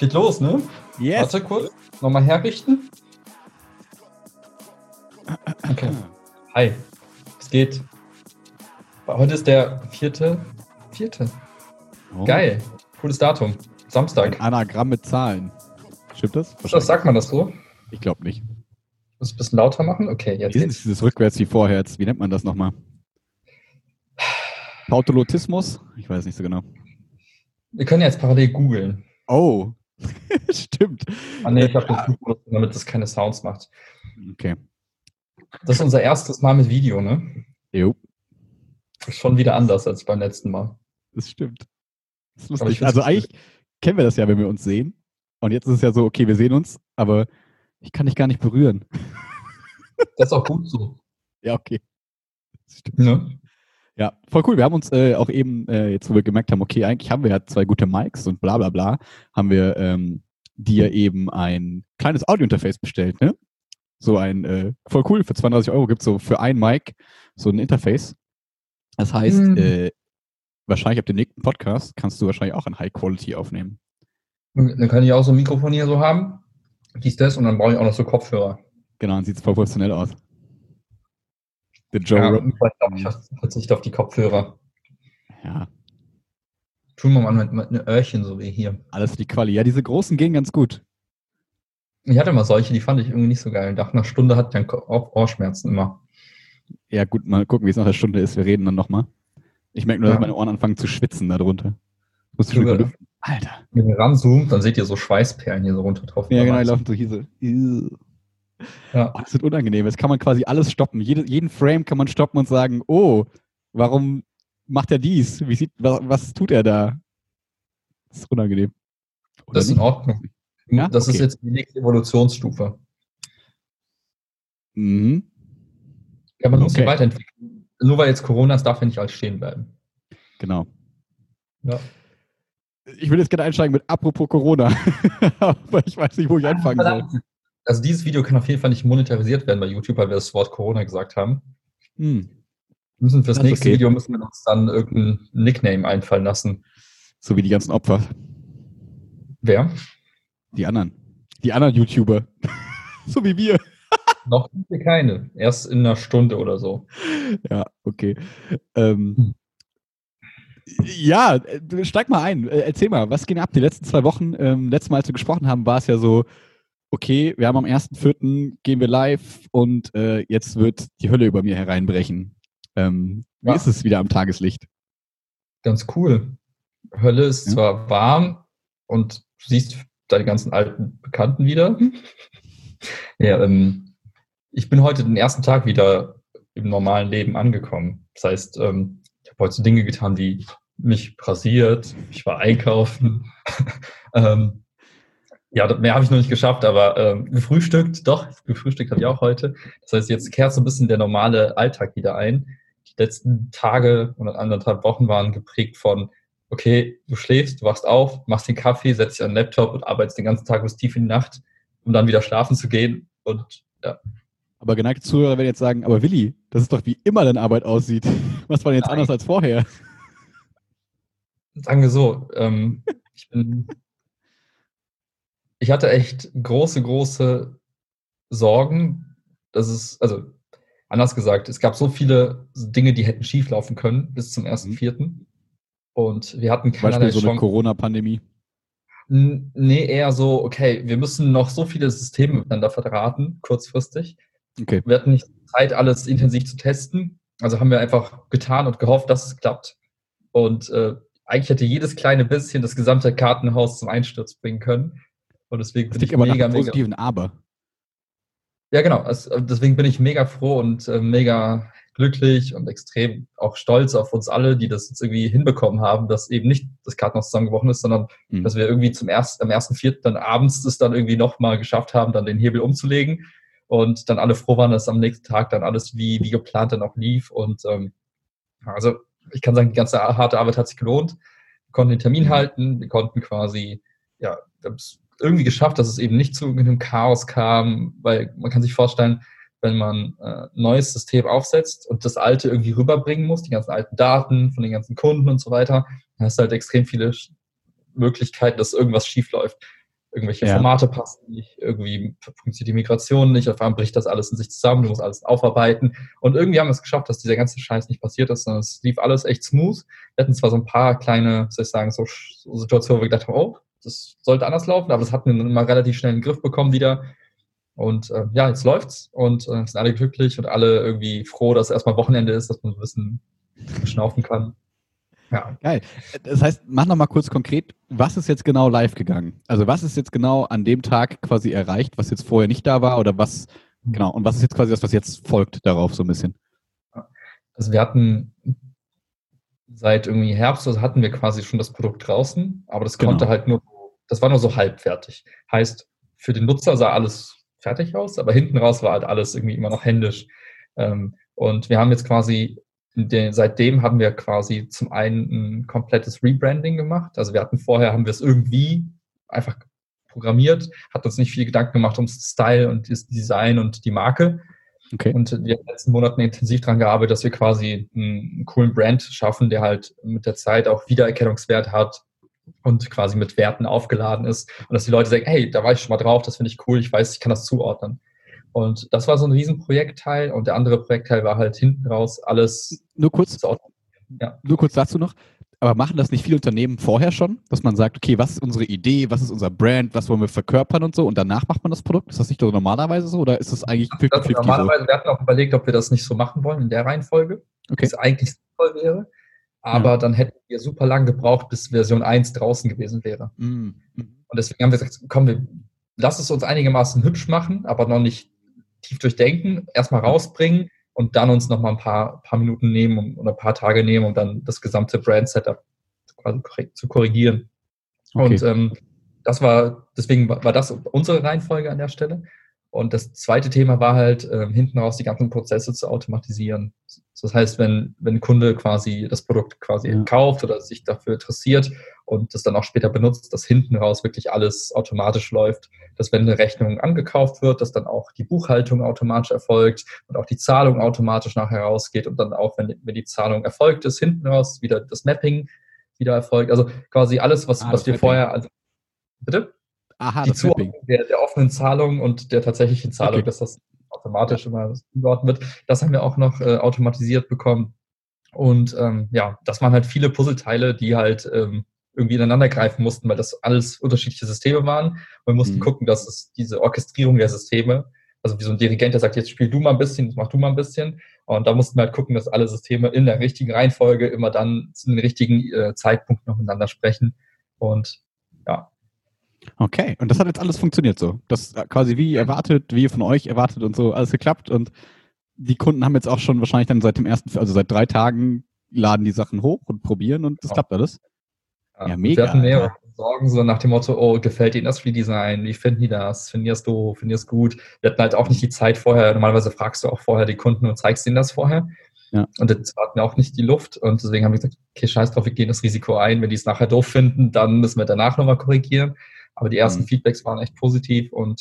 Geht los, ne? Yes. Warte kurz. Nochmal herrichten. Okay. Hi. Es geht. Heute ist der vierte. Oh. Geil. Cooles Datum. Samstag. Ein Anagramm mit Zahlen. Stimmt das? Sagt man das so? Ich glaube nicht. Muss ich ein bisschen lauter machen? Okay, jetzt Wie ist geht's. dieses rückwärts wie vorwärts? Wie nennt man das nochmal? Tautolotismus? Ich weiß nicht so genau. Wir können jetzt parallel googeln. Oh, stimmt. Ah ne, ich habe den Flugmodus, damit das keine Sounds macht. Okay. Das ist unser erstes Mal mit Video, ne? Jo, Ist schon wieder anders als beim letzten Mal. das stimmt. Das ist Aber ich lustig. find's Also eigentlich kennen wir das ja, wenn wir uns sehen. Und jetzt ist es ja so, okay, wir sehen uns, aber ich kann dich gar nicht berühren. Das ist auch gut so. Ja, okay. Das stimmt. Ne? Ja, voll cool. Wir haben uns auch eben, jetzt wo wir gemerkt haben, okay, eigentlich haben wir ja 2 gute Mics und bla bla bla, haben wir dir eben ein kleines Audio-Interface bestellt, ne? So ein, voll cool, für 32 € gibt es so für ein Mic so ein Interface. Das heißt, wahrscheinlich ab dem nächsten Podcast kannst du wahrscheinlich auch in High Quality aufnehmen. Dann kann ich auch so ein Mikrofon hier so haben. Dies, das und dann brauche ich auch noch so Kopfhörer. Genau, dann sieht es voll professionell aus. Der Joe Ja, Rogan. ich glaube, ich verzichte auf die Kopfhörer. Ja, Tun wir mal mit einem Öhrchen, so wie hier. alles für die Quali. Ja, diese großen gehen ganz gut. Ich hatte mal solche, die fand ich irgendwie nicht so geil. Nach einer Stunde hatte ich dann auch Ohrschmerzen immer. Ja, gut, mal gucken, wie es nach der Stunde ist. Wir reden dann nochmal. Ich merke nur, dass Ja. meine Ohren anfangen zu schwitzen darunter. Musst du schon Sogar- überlüften. Alter. Wenn ihr ranzoomt, dann seht ihr so Schweißperlen hier so runter drauf. Ja, genau, die laufen so hier so. Ja. Oh, das wird unangenehm. Jetzt kann man quasi alles stoppen. Jeden Frame kann man stoppen und sagen, oh, warum macht er dies? Was tut er da? Das ist unangenehm. Oder Das ist in nicht? Ordnung. Ja? Das ist Okay. jetzt die nächste Evolutionsstufe. Mhm. Ja, man muss sich Okay. weiterentwickeln. Nur weil jetzt Corona ist, darf ja nicht alles stehen bleiben. Genau. Ja. Ich will jetzt gerne einsteigen mit apropos Corona. Aber ich weiß nicht, wo ich anfangen soll. Also dieses Video kann auf jeden Fall nicht monetarisiert werden bei YouTube, weil wir das Wort Corona gesagt haben. Hm. Wir müssen fürs Das ist nächste okay. Video müssen wir uns dann irgendein Nickname einfallen lassen. So wie die ganzen Opfer. Wer? Die anderen YouTuber. So wie wir. Noch sind wir keine. Erst in einer Stunde oder so. Ja, okay. Ja, steig mal ein. Erzähl mal, was ging ab die letzten 2 Wochen? Letztes Mal, als wir gesprochen haben, war es ja so, okay, wir haben am 1.4. gehen wir live und jetzt wird die Hölle über mir hereinbrechen. Wie Ja. ist es wieder am Tageslicht? Ganz cool. Hölle ist Ja. zwar warm und du siehst deine ganzen alten Bekannten wieder. Ja, ich bin heute den ersten Tag wieder im normalen Leben angekommen. Das heißt, ich habe heute so Dinge getan, wie mich rasiert, ich war einkaufen. Ja, mehr habe ich noch nicht geschafft, aber gefrühstückt habe ich auch heute. Das heißt, jetzt kehrt so ein bisschen der normale Alltag wieder ein. Die letzten Tage und 1,5 Wochen waren geprägt von, okay, du schläfst, du wachst auf, machst den Kaffee, setzt dich an den Laptop und arbeitest den ganzen Tag bis tief in die Nacht, um dann wieder schlafen zu gehen. Und ja, Aber geneigte Zuhörer werden jetzt sagen, aber Willi, das ist doch wie immer deine Arbeit aussieht. Was war denn jetzt Nein. anders als vorher? sagen wir so, ich hatte echt große Sorgen. Also anders gesagt, es gab so viele Dinge, die hätten schief laufen können bis zum 1.4. Und wir hatten Zum keinerlei Beispiel so eine Chance. Corona-Pandemie. Nee, eher so, okay, wir müssen noch so viele Systeme miteinander verdrahten, kurzfristig. Okay. Wir hatten nicht Zeit, alles intensiv zu testen. Also haben wir einfach getan und gehofft, dass es klappt. Und eigentlich hätte jedes kleine bisschen das gesamte Kartenhaus zum Einsturz bringen können. Und deswegen Das bin klingt ich aber nach mega, einem mega. positiven Aber. Ja, genau. Deswegen bin ich mega froh und mega glücklich und extrem auch stolz auf uns alle, die das jetzt irgendwie hinbekommen haben, dass eben nicht das Kartenhaus zusammengebrochen ist, sondern dass wir irgendwie am 1.4. dann abends das dann irgendwie nochmal geschafft haben, dann den Hebel umzulegen und dann alle froh waren, dass am nächsten Tag dann alles wie geplant dann auch lief. Und also ich kann sagen, die ganze harte Arbeit hat sich gelohnt. Wir konnten den Termin halten, wir konnten quasi, ja, wir haben es irgendwie geschafft, dass es eben nicht zu einem Chaos kam, weil man kann sich vorstellen, wenn man ein neues System aufsetzt und das alte irgendwie rüberbringen muss, die ganzen alten Daten von den ganzen Kunden und so weiter, dann hast du halt extrem viele Möglichkeiten, dass irgendwas schief läuft. irgendwelche Formate passen nicht, irgendwie funktioniert die Migration nicht, auf einmal bricht das alles in sich zusammen, du musst alles aufarbeiten. Und irgendwie haben wir es geschafft, dass dieser ganze Scheiß nicht passiert ist, sondern es lief alles echt smooth. Wir hatten zwar so ein paar kleine, soll ich sagen, so Situationen, wo wir gedacht haben, oh, das sollte anders laufen, aber das hatten wir dann immer relativ schnell in den Griff bekommen wieder. Und jetzt läuft's und sind alle glücklich und alle irgendwie froh, dass erstmal Wochenende ist, dass man so ein bisschen schnaufen kann. Ja. Geil. Das heißt, mach noch mal kurz konkret, was ist jetzt genau live gegangen? Also was ist jetzt genau an dem Tag quasi erreicht, was jetzt vorher nicht da war oder was, genau, und was ist jetzt quasi das, was jetzt folgt darauf so ein bisschen? Also wir hatten seit irgendwie Herbst, also hatten wir quasi schon das Produkt draußen, aber das konnte halt nur, das war nur so halbfertig. Heißt, für den Nutzer sah alles fertig aus, aber hinten raus war halt alles irgendwie immer noch händisch. Und wir haben jetzt quasi seitdem haben wir quasi zum einen ein komplettes Rebranding gemacht. Also haben wir es irgendwie einfach programmiert, hat uns nicht viel Gedanken gemacht ums Style und das Design und die Marke. Okay. Und wir haben in den letzten Monaten intensiv daran gearbeitet, dass wir quasi einen coolen Brand schaffen, der halt mit der Zeit auch Wiedererkennungswert hat und quasi mit Werten aufgeladen ist. Und dass die Leute sagen, hey, da war ich schon mal drauf, das finde ich cool, ich weiß, ich kann das zuordnen. Und das war so ein Riesenprojektteil und der andere Projektteil war halt hinten raus alles. Nur kurz dazu noch, aber machen das nicht viele Unternehmen vorher schon, dass man sagt, okay, was ist unsere Idee, was ist unser Brand, was wollen wir verkörpern und so und danach macht man das Produkt? Ist das nicht so normalerweise so oder ist das eigentlich 50-50 normalerweise, so? wir hatten auch überlegt, ob wir das nicht so machen wollen in der Reihenfolge, was eigentlich sinnvoll wäre, aber dann hätten wir super lang gebraucht, bis Version 1 draußen gewesen wäre. Und deswegen haben wir gesagt, komm, lass es uns einigermaßen hübsch machen, aber noch nicht tief durchdenken, erstmal rausbringen und dann uns noch mal ein paar Minuten nehmen oder ein paar Tage nehmen, um dann das gesamte Brand-Setup quasi zu korrigieren. Okay. Und deswegen war das unsere Reihenfolge an der Stelle. Und das zweite Thema war halt, hinten raus die ganzen Prozesse zu automatisieren. Das heißt, wenn ein Kunde quasi das Produkt quasi kauft oder sich dafür interessiert und das dann auch später benutzt, dass hinten raus wirklich alles automatisch läuft, dass wenn eine Rechnung angekauft wird, dass dann auch die Buchhaltung automatisch erfolgt und auch die Zahlung automatisch nachher rausgeht und dann auch, wenn die Zahlung erfolgt ist, hinten raus wieder das Mapping wieder erfolgt. Also quasi alles, was wir vorher... Also, bitte? Aha, die Zuordnung der offenen Zahlung und der tatsächlichen Zahlung, dass das automatisch immer zugeordnet wird. Das haben wir auch noch automatisiert bekommen. Und das waren halt viele Puzzleteile, die halt irgendwie ineinander greifen mussten, weil das alles unterschiedliche Systeme waren. Und wir mussten gucken, dass es diese Orchestrierung der Systeme, also wie so ein Dirigent, der sagt, jetzt spiel du mal ein bisschen, jetzt mach du mal ein bisschen. Und da mussten wir halt gucken, dass alle Systeme in der richtigen Reihenfolge immer dann zu den richtigen Zeitpunkten noch miteinander sprechen. Und ja. Okay, und das hat jetzt alles funktioniert so. Das quasi wie erwartet, wie von euch erwartet und so, alles geklappt. Und die Kunden haben jetzt auch schon wahrscheinlich dann seit 3 Tagen laden die Sachen hoch und probieren und das klappt alles. Ja, mega. Wir hatten mehrere Sorgen, so nach dem Motto, oh, gefällt Ihnen das Redesign? Wie finden die das? Finden die das doof? Finden die das gut? Wir hatten halt auch nicht die Zeit vorher. Normalerweise fragst du auch vorher die Kunden und zeigst ihnen das vorher. Ja. Und jetzt hatten wir auch nicht die Luft. Und deswegen haben wir gesagt, okay, scheiß drauf, wir gehen das Risiko ein. Wenn die es nachher doof finden, dann müssen wir danach nochmal korrigieren. Aber die ersten Feedbacks waren echt positiv und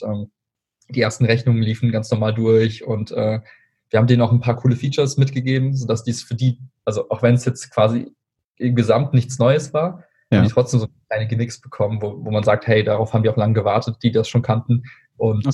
die ersten Rechnungen liefen ganz normal durch und wir haben denen auch ein paar coole Features mitgegeben, sodass dies für die, also auch wenn es jetzt quasi im Gesamt nichts Neues war, haben die trotzdem so kleine Gimmicks bekommen, wo man sagt, hey, darauf haben wir auch lange gewartet, die das schon kannten und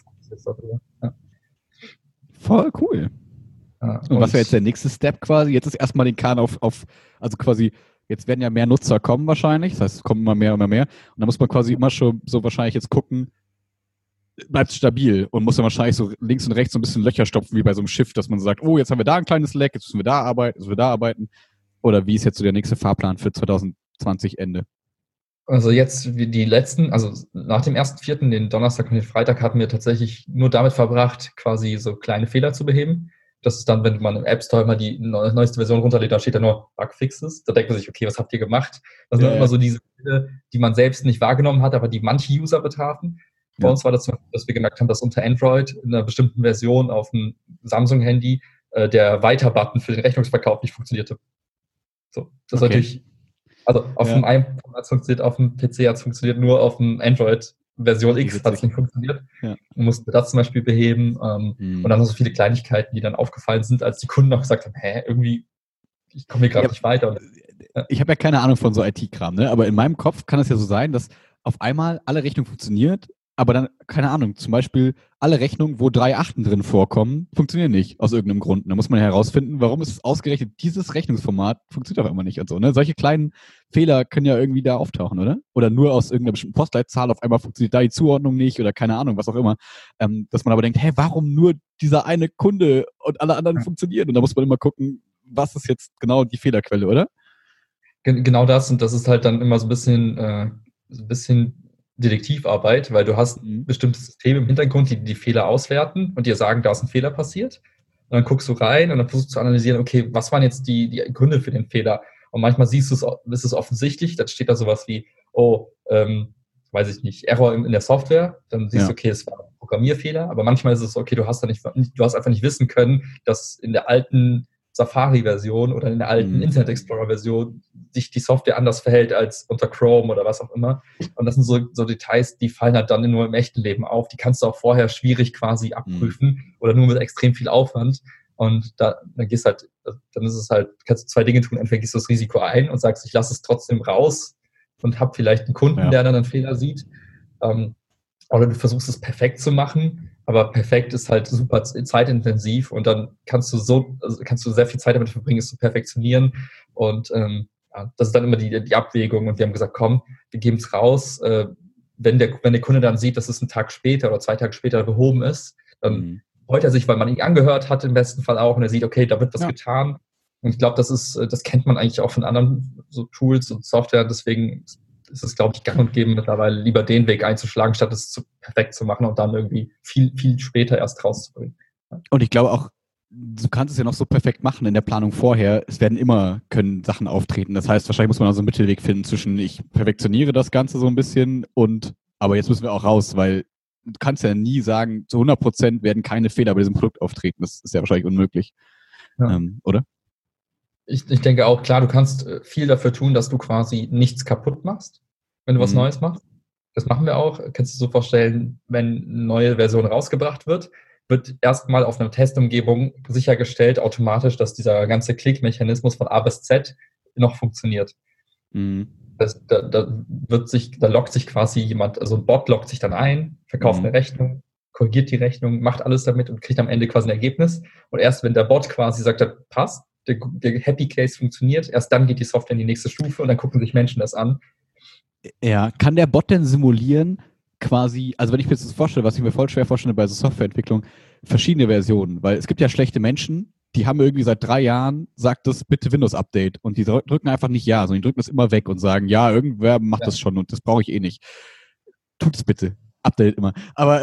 voll cool. Und was wäre jetzt der nächste Step quasi? Jetzt ist erstmal den Kahn also quasi jetzt werden ja mehr Nutzer kommen wahrscheinlich, das heißt, es kommen immer mehr. Und da muss man quasi immer schon so wahrscheinlich jetzt gucken, bleibt es stabil und muss dann wahrscheinlich so links und rechts so ein bisschen Löcher stopfen, wie bei so einem Schiff, dass man sagt, oh, jetzt haben wir da ein kleines Leck, jetzt müssen wir da arbeiten, Oder wie ist jetzt so der nächste Fahrplan für 2020 Ende? Also jetzt die letzten, also nach dem 1.4., den Donnerstag und den Freitag, hatten wir tatsächlich nur damit verbracht, quasi so kleine Fehler zu beheben. Das ist dann, wenn man im App Store mal die neueste Version runterlädt, da steht da nur Bugfixes. Da denkt man sich, okay, was habt ihr gemacht? Das sind immer so diese Fälle, die man selbst nicht wahrgenommen hat, aber die manche User betrafen. Bei uns war das zum Beispiel, dass wir gemerkt haben, dass unter Android in einer bestimmten Version auf einem Samsung-Handy der Weiter-Button für den Rechnungsverkauf nicht funktionierte. So, das ist natürlich, also auf dem iPhone hat es funktioniert, auf dem PC hat es funktioniert, nur auf dem Android Version X hat es nicht funktioniert. Ja. Wir mussten das zum Beispiel beheben. Und dann noch so viele Kleinigkeiten, die dann aufgefallen sind, als die Kunden auch gesagt haben, irgendwie, ich komme hier gerade nicht weiter. Ich habe ja keine Ahnung von so IT-Kram, ne? Aber in meinem Kopf kann es ja so sein, dass auf einmal alle Rechnungen funktioniert, aber dann, keine Ahnung, zum Beispiel alle Rechnungen, wo 3 Achten drin vorkommen, funktionieren nicht aus irgendeinem Grund. Und da muss man herausfinden, warum ist es ausgerechnet dieses Rechnungsformat funktioniert auf einmal nicht und so. Ne? Solche kleinen Fehler können ja irgendwie da auftauchen, oder? Oder nur aus irgendeiner bestimmten Postleitzahl auf einmal funktioniert da die Zuordnung nicht oder keine Ahnung, was auch immer. Dass man aber denkt, hey, warum nur dieser eine Kunde und alle anderen funktionieren? Und da muss man immer gucken, was ist jetzt genau die Fehlerquelle, oder? Genau das, und das ist halt dann immer so ein bisschen Detektivarbeit, weil du hast Mhm. bestimmte Systeme im Hintergrund, die Fehler auswerten und dir sagen, da ist ein Fehler passiert. Und dann guckst du rein und dann versuchst du zu analysieren, okay, was waren jetzt die Gründe für den Fehler? Und manchmal siehst du es, ist es offensichtlich, dann steht da sowas wie, oh, weiß ich nicht, Error in der Software. Dann siehst du, Ja. okay, es war ein Programmierfehler, aber manchmal ist es okay, du hast einfach nicht wissen können, dass in der alten Safari-Version oder in der alten Mhm. Internet Explorer-Version sich die Software anders verhält als unter Chrome oder was auch immer. Und das sind so Details, die fallen halt dann nur im echten Leben auf. Die kannst du auch vorher schwierig quasi Mhm. abprüfen oder nur mit extrem viel Aufwand. Und dann gehst halt, dann ist es halt, kannst du zwei Dinge tun. Entweder gehst du das Risiko ein und sagst, ich lasse es trotzdem raus und habe vielleicht einen Kunden, Ja. der dann einen Fehler sieht. Oder du versuchst es perfekt zu machen, aber perfekt ist halt super zeitintensiv und dann kannst du sehr viel Zeit damit verbringen, es zu perfektionieren. Und ja, das ist dann immer die Abwägung. Und wir haben gesagt, komm, wir geben es raus. Wenn der Kunde dann sieht, dass es einen Tag später oder 2 Tage später behoben ist, dann Mhm. freut er sich, weil man ihn angehört hat, im besten Fall auch, und er sieht, okay, da wird was Ja. getan. Und ich glaube, das kennt man eigentlich auch von anderen so Tools und Software. Deswegen ist es, glaube ich, gang und gäbe mittlerweile lieber den Weg einzuschlagen, statt es perfekt zu machen und dann irgendwie viel, viel später erst rauszubringen. Und ich glaube auch, du kannst es ja noch so perfekt machen in der Planung vorher. Es werden immer, können Sachen auftreten. Das heißt, wahrscheinlich muss man also einen Mittelweg finden zwischen, ich perfektioniere das Ganze so ein bisschen und, aber jetzt müssen wir auch raus, weil du kannst ja nie sagen, zu 100% werden keine Fehler bei diesem Produkt auftreten. Das ist ja wahrscheinlich unmöglich. Ja. Oder? Ich denke auch, klar, du kannst viel dafür tun, dass du quasi nichts kaputt machst, wenn du was Mhm. Neues machst. Das machen wir auch. Kannst du dir so vorstellen, wenn eine neue Version rausgebracht wird erstmal auf einer Testumgebung sichergestellt automatisch, dass dieser ganze Klickmechanismus von A bis Z noch funktioniert. Mhm. Da loggt sich quasi jemand, also ein Bot loggt sich dann ein, verkauft eine Mhm. Rechnung, korrigiert die Rechnung, macht alles damit und kriegt am Ende quasi ein Ergebnis. Und erst wenn der Bot quasi sagt, das passt, der Happy Case funktioniert, erst dann geht die Software in die nächste Stufe und dann gucken sich Menschen das an. Ja, kann der Bot denn simulieren, quasi, also wenn ich mir das vorstelle, was ich mir voll schwer vorstelle bei so Softwareentwicklung, verschiedene Versionen, weil es gibt ja schlechte Menschen, die haben irgendwie seit 3 Jahren, sagt das bitte Windows-Update und die drücken einfach nicht ja, sondern die drücken das immer weg und sagen, ja, irgendwer macht Ja. das schon und das brauche ich eh nicht. Tut es bitte. Update immer. Aber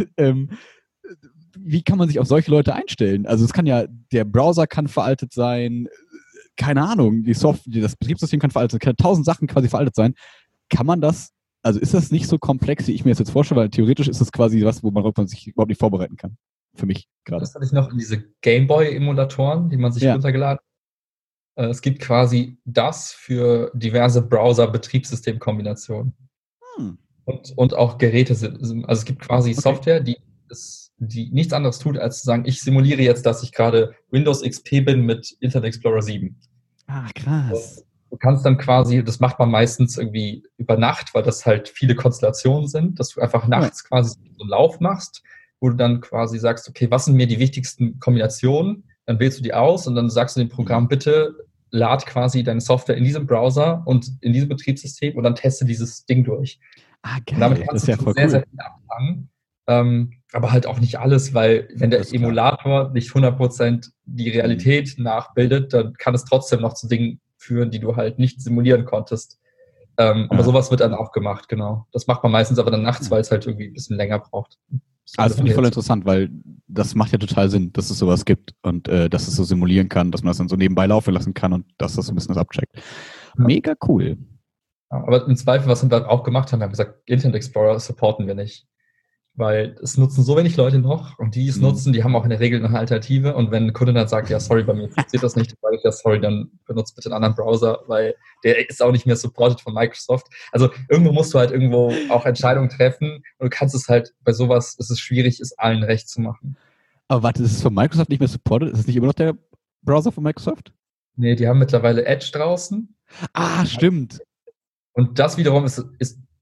wie kann man sich auf solche Leute einstellen? Also es kann ja, der Browser kann veraltet sein, keine Ahnung, die Software, das Betriebssystem kann veraltet sein, kann 1000 Sachen quasi veraltet sein. Kann man das, also ist das nicht so komplex, wie ich mir das jetzt vorstelle, weil theoretisch ist das quasi was, wo man sich überhaupt nicht vorbereiten kann. Für mich gerade. Das hatte ich noch in diese Gameboy-Emulatoren, die man sich Ja. runtergeladen hat. Es gibt quasi das für diverse Browser-Betriebssystemkombinationen. Hm. Und auch Geräte sind. Also es gibt quasi Okay. Software, die nichts anderes tut, als zu sagen, ich simuliere jetzt, dass ich gerade Windows XP bin mit Internet Explorer 7. Ah, Und krass. du kannst dann quasi, das macht man meistens irgendwie über Nacht, weil das halt viele Konstellationen sind, dass du einfach Ja. nachts quasi so einen Lauf machst, wo du dann quasi sagst, okay, was sind mir die wichtigsten Kombinationen? Dann wählst du die aus und dann sagst du dem Programm, bitte lad quasi deine Software in diesem Browser und in diesem Betriebssystem und dann teste dieses Ding durch. Ah, Und damit geil. Das kannst ist du ja schon voll sehr, sehr cool. viel abfangen. Aber halt auch nicht alles, weil wenn Das der ist klar. Emulator nicht 100% die Hm. Realität nachbildet, dann kann es trotzdem noch zu Dingen führen, die du halt nicht simulieren konntest. Aber Ja. sowas wird dann auch gemacht, genau. Das macht man meistens aber dann nachts, Ja. weil es halt irgendwie ein bisschen länger braucht. Also das finde ich voll interessant, weil das macht ja total Sinn, dass es sowas gibt und dass es so simulieren kann, dass man das dann so nebenbei laufen lassen kann und dass das so ein bisschen das abcheckt. Ja. Mega cool. Aber im Zweifel, was wir auch gemacht haben, wir haben gesagt, Internet Explorer supporten wir nicht. Weil es nutzen so wenig Leute noch und die es nutzen, die haben auch in der Regel noch eine Alternative. Und wenn ein Kunde dann sagt, ja, sorry, bei mir funktioniert das nicht, dann sage ich, ja, sorry, dann benutzt bitte einen anderen Browser, weil der ist auch nicht mehr supported von Microsoft. Also irgendwo musst du halt irgendwo auch Entscheidungen treffen und du kannst es halt bei sowas, ist es schwierig, es allen recht zu machen. Aber warte, ist es von Microsoft nicht mehr supported? Ist es nicht immer noch der Browser von Microsoft? Nee, die haben mittlerweile Edge draußen. Ah, stimmt. Und das wiederum ist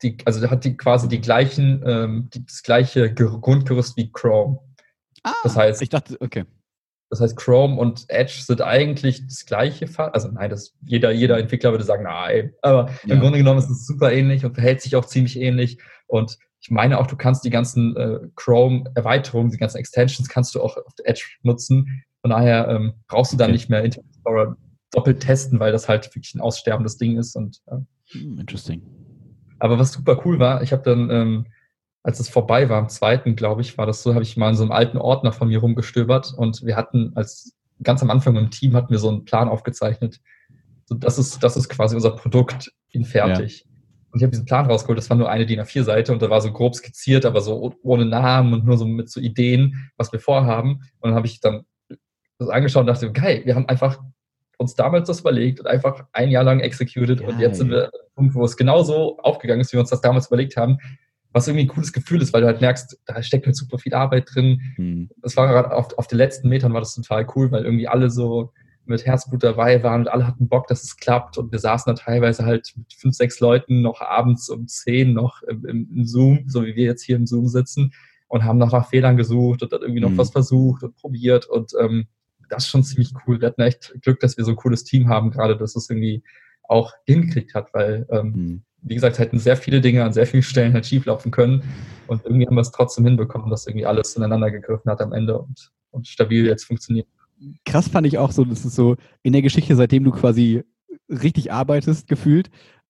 also hat die quasi die gleichen, das gleiche Grundgerüst wie Chrome. Das heißt, ich dachte, okay. Das heißt, Chrome und Edge sind eigentlich das gleiche Fall. Also nein, jeder Entwickler würde sagen, nein. Aber im Grunde genommen ist es super ähnlich und verhält sich auch ziemlich ähnlich. Und ich meine auch, du kannst die ganzen Chrome-Erweiterungen, die ganzen Extensions kannst du auch auf der Edge nutzen. Von daher brauchst du dann nicht mehr Internet Explorer doppelt testen, weil das halt wirklich ein aussterbendes Ding ist. Und, Interesting. Aber was super cool war, ich habe dann als es vorbei war, am 2., glaube ich, war das so, habe ich mal in so einem alten Ordner von mir rumgestöbert und wir hatten ganz am Anfang im Team hatten wir so einen Plan aufgezeichnet. So, das ist quasi unser Produkt in fertig. Ja. Und ich habe diesen Plan rausgeholt, das war nur eine DIN A4-Seite und da war so grob skizziert, aber so ohne Namen und nur so mit so Ideen, was wir vorhaben. Und dann habe ich dann das angeschaut und dachte, geil, wir haben einfach uns damals das überlegt und einfach ein Jahr lang executed und jetzt sind wir an einem Punkt, wo es genauso aufgegangen ist, wie wir uns das damals überlegt haben. Was irgendwie ein cooles Gefühl ist, weil du halt merkst, da steckt halt super viel Arbeit drin. Das war gerade auf den letzten Metern war das total cool, weil irgendwie alle so mit Herzblut dabei waren und alle hatten Bock, dass es klappt und wir saßen da teilweise halt mit 5, 6 Leuten noch abends um 10 noch im Zoom, so wie wir jetzt hier im Zoom sitzen und haben nach Fehlern gesucht und dann irgendwie noch was versucht und probiert und das ist schon ziemlich cool. Wir hatten echt Glück, dass wir so ein cooles Team haben, gerade dass es irgendwie auch hingekriegt hat, weil wie gesagt, hätten sehr viele Dinge an sehr vielen Stellen halt schieflaufen können. Und irgendwie haben wir es trotzdem hinbekommen, dass irgendwie alles ineinander gegriffen hat am Ende und stabil jetzt funktioniert. Krass fand ich auch so, das ist so in der Geschichte, seitdem du quasi richtig arbeitest, gefühlt,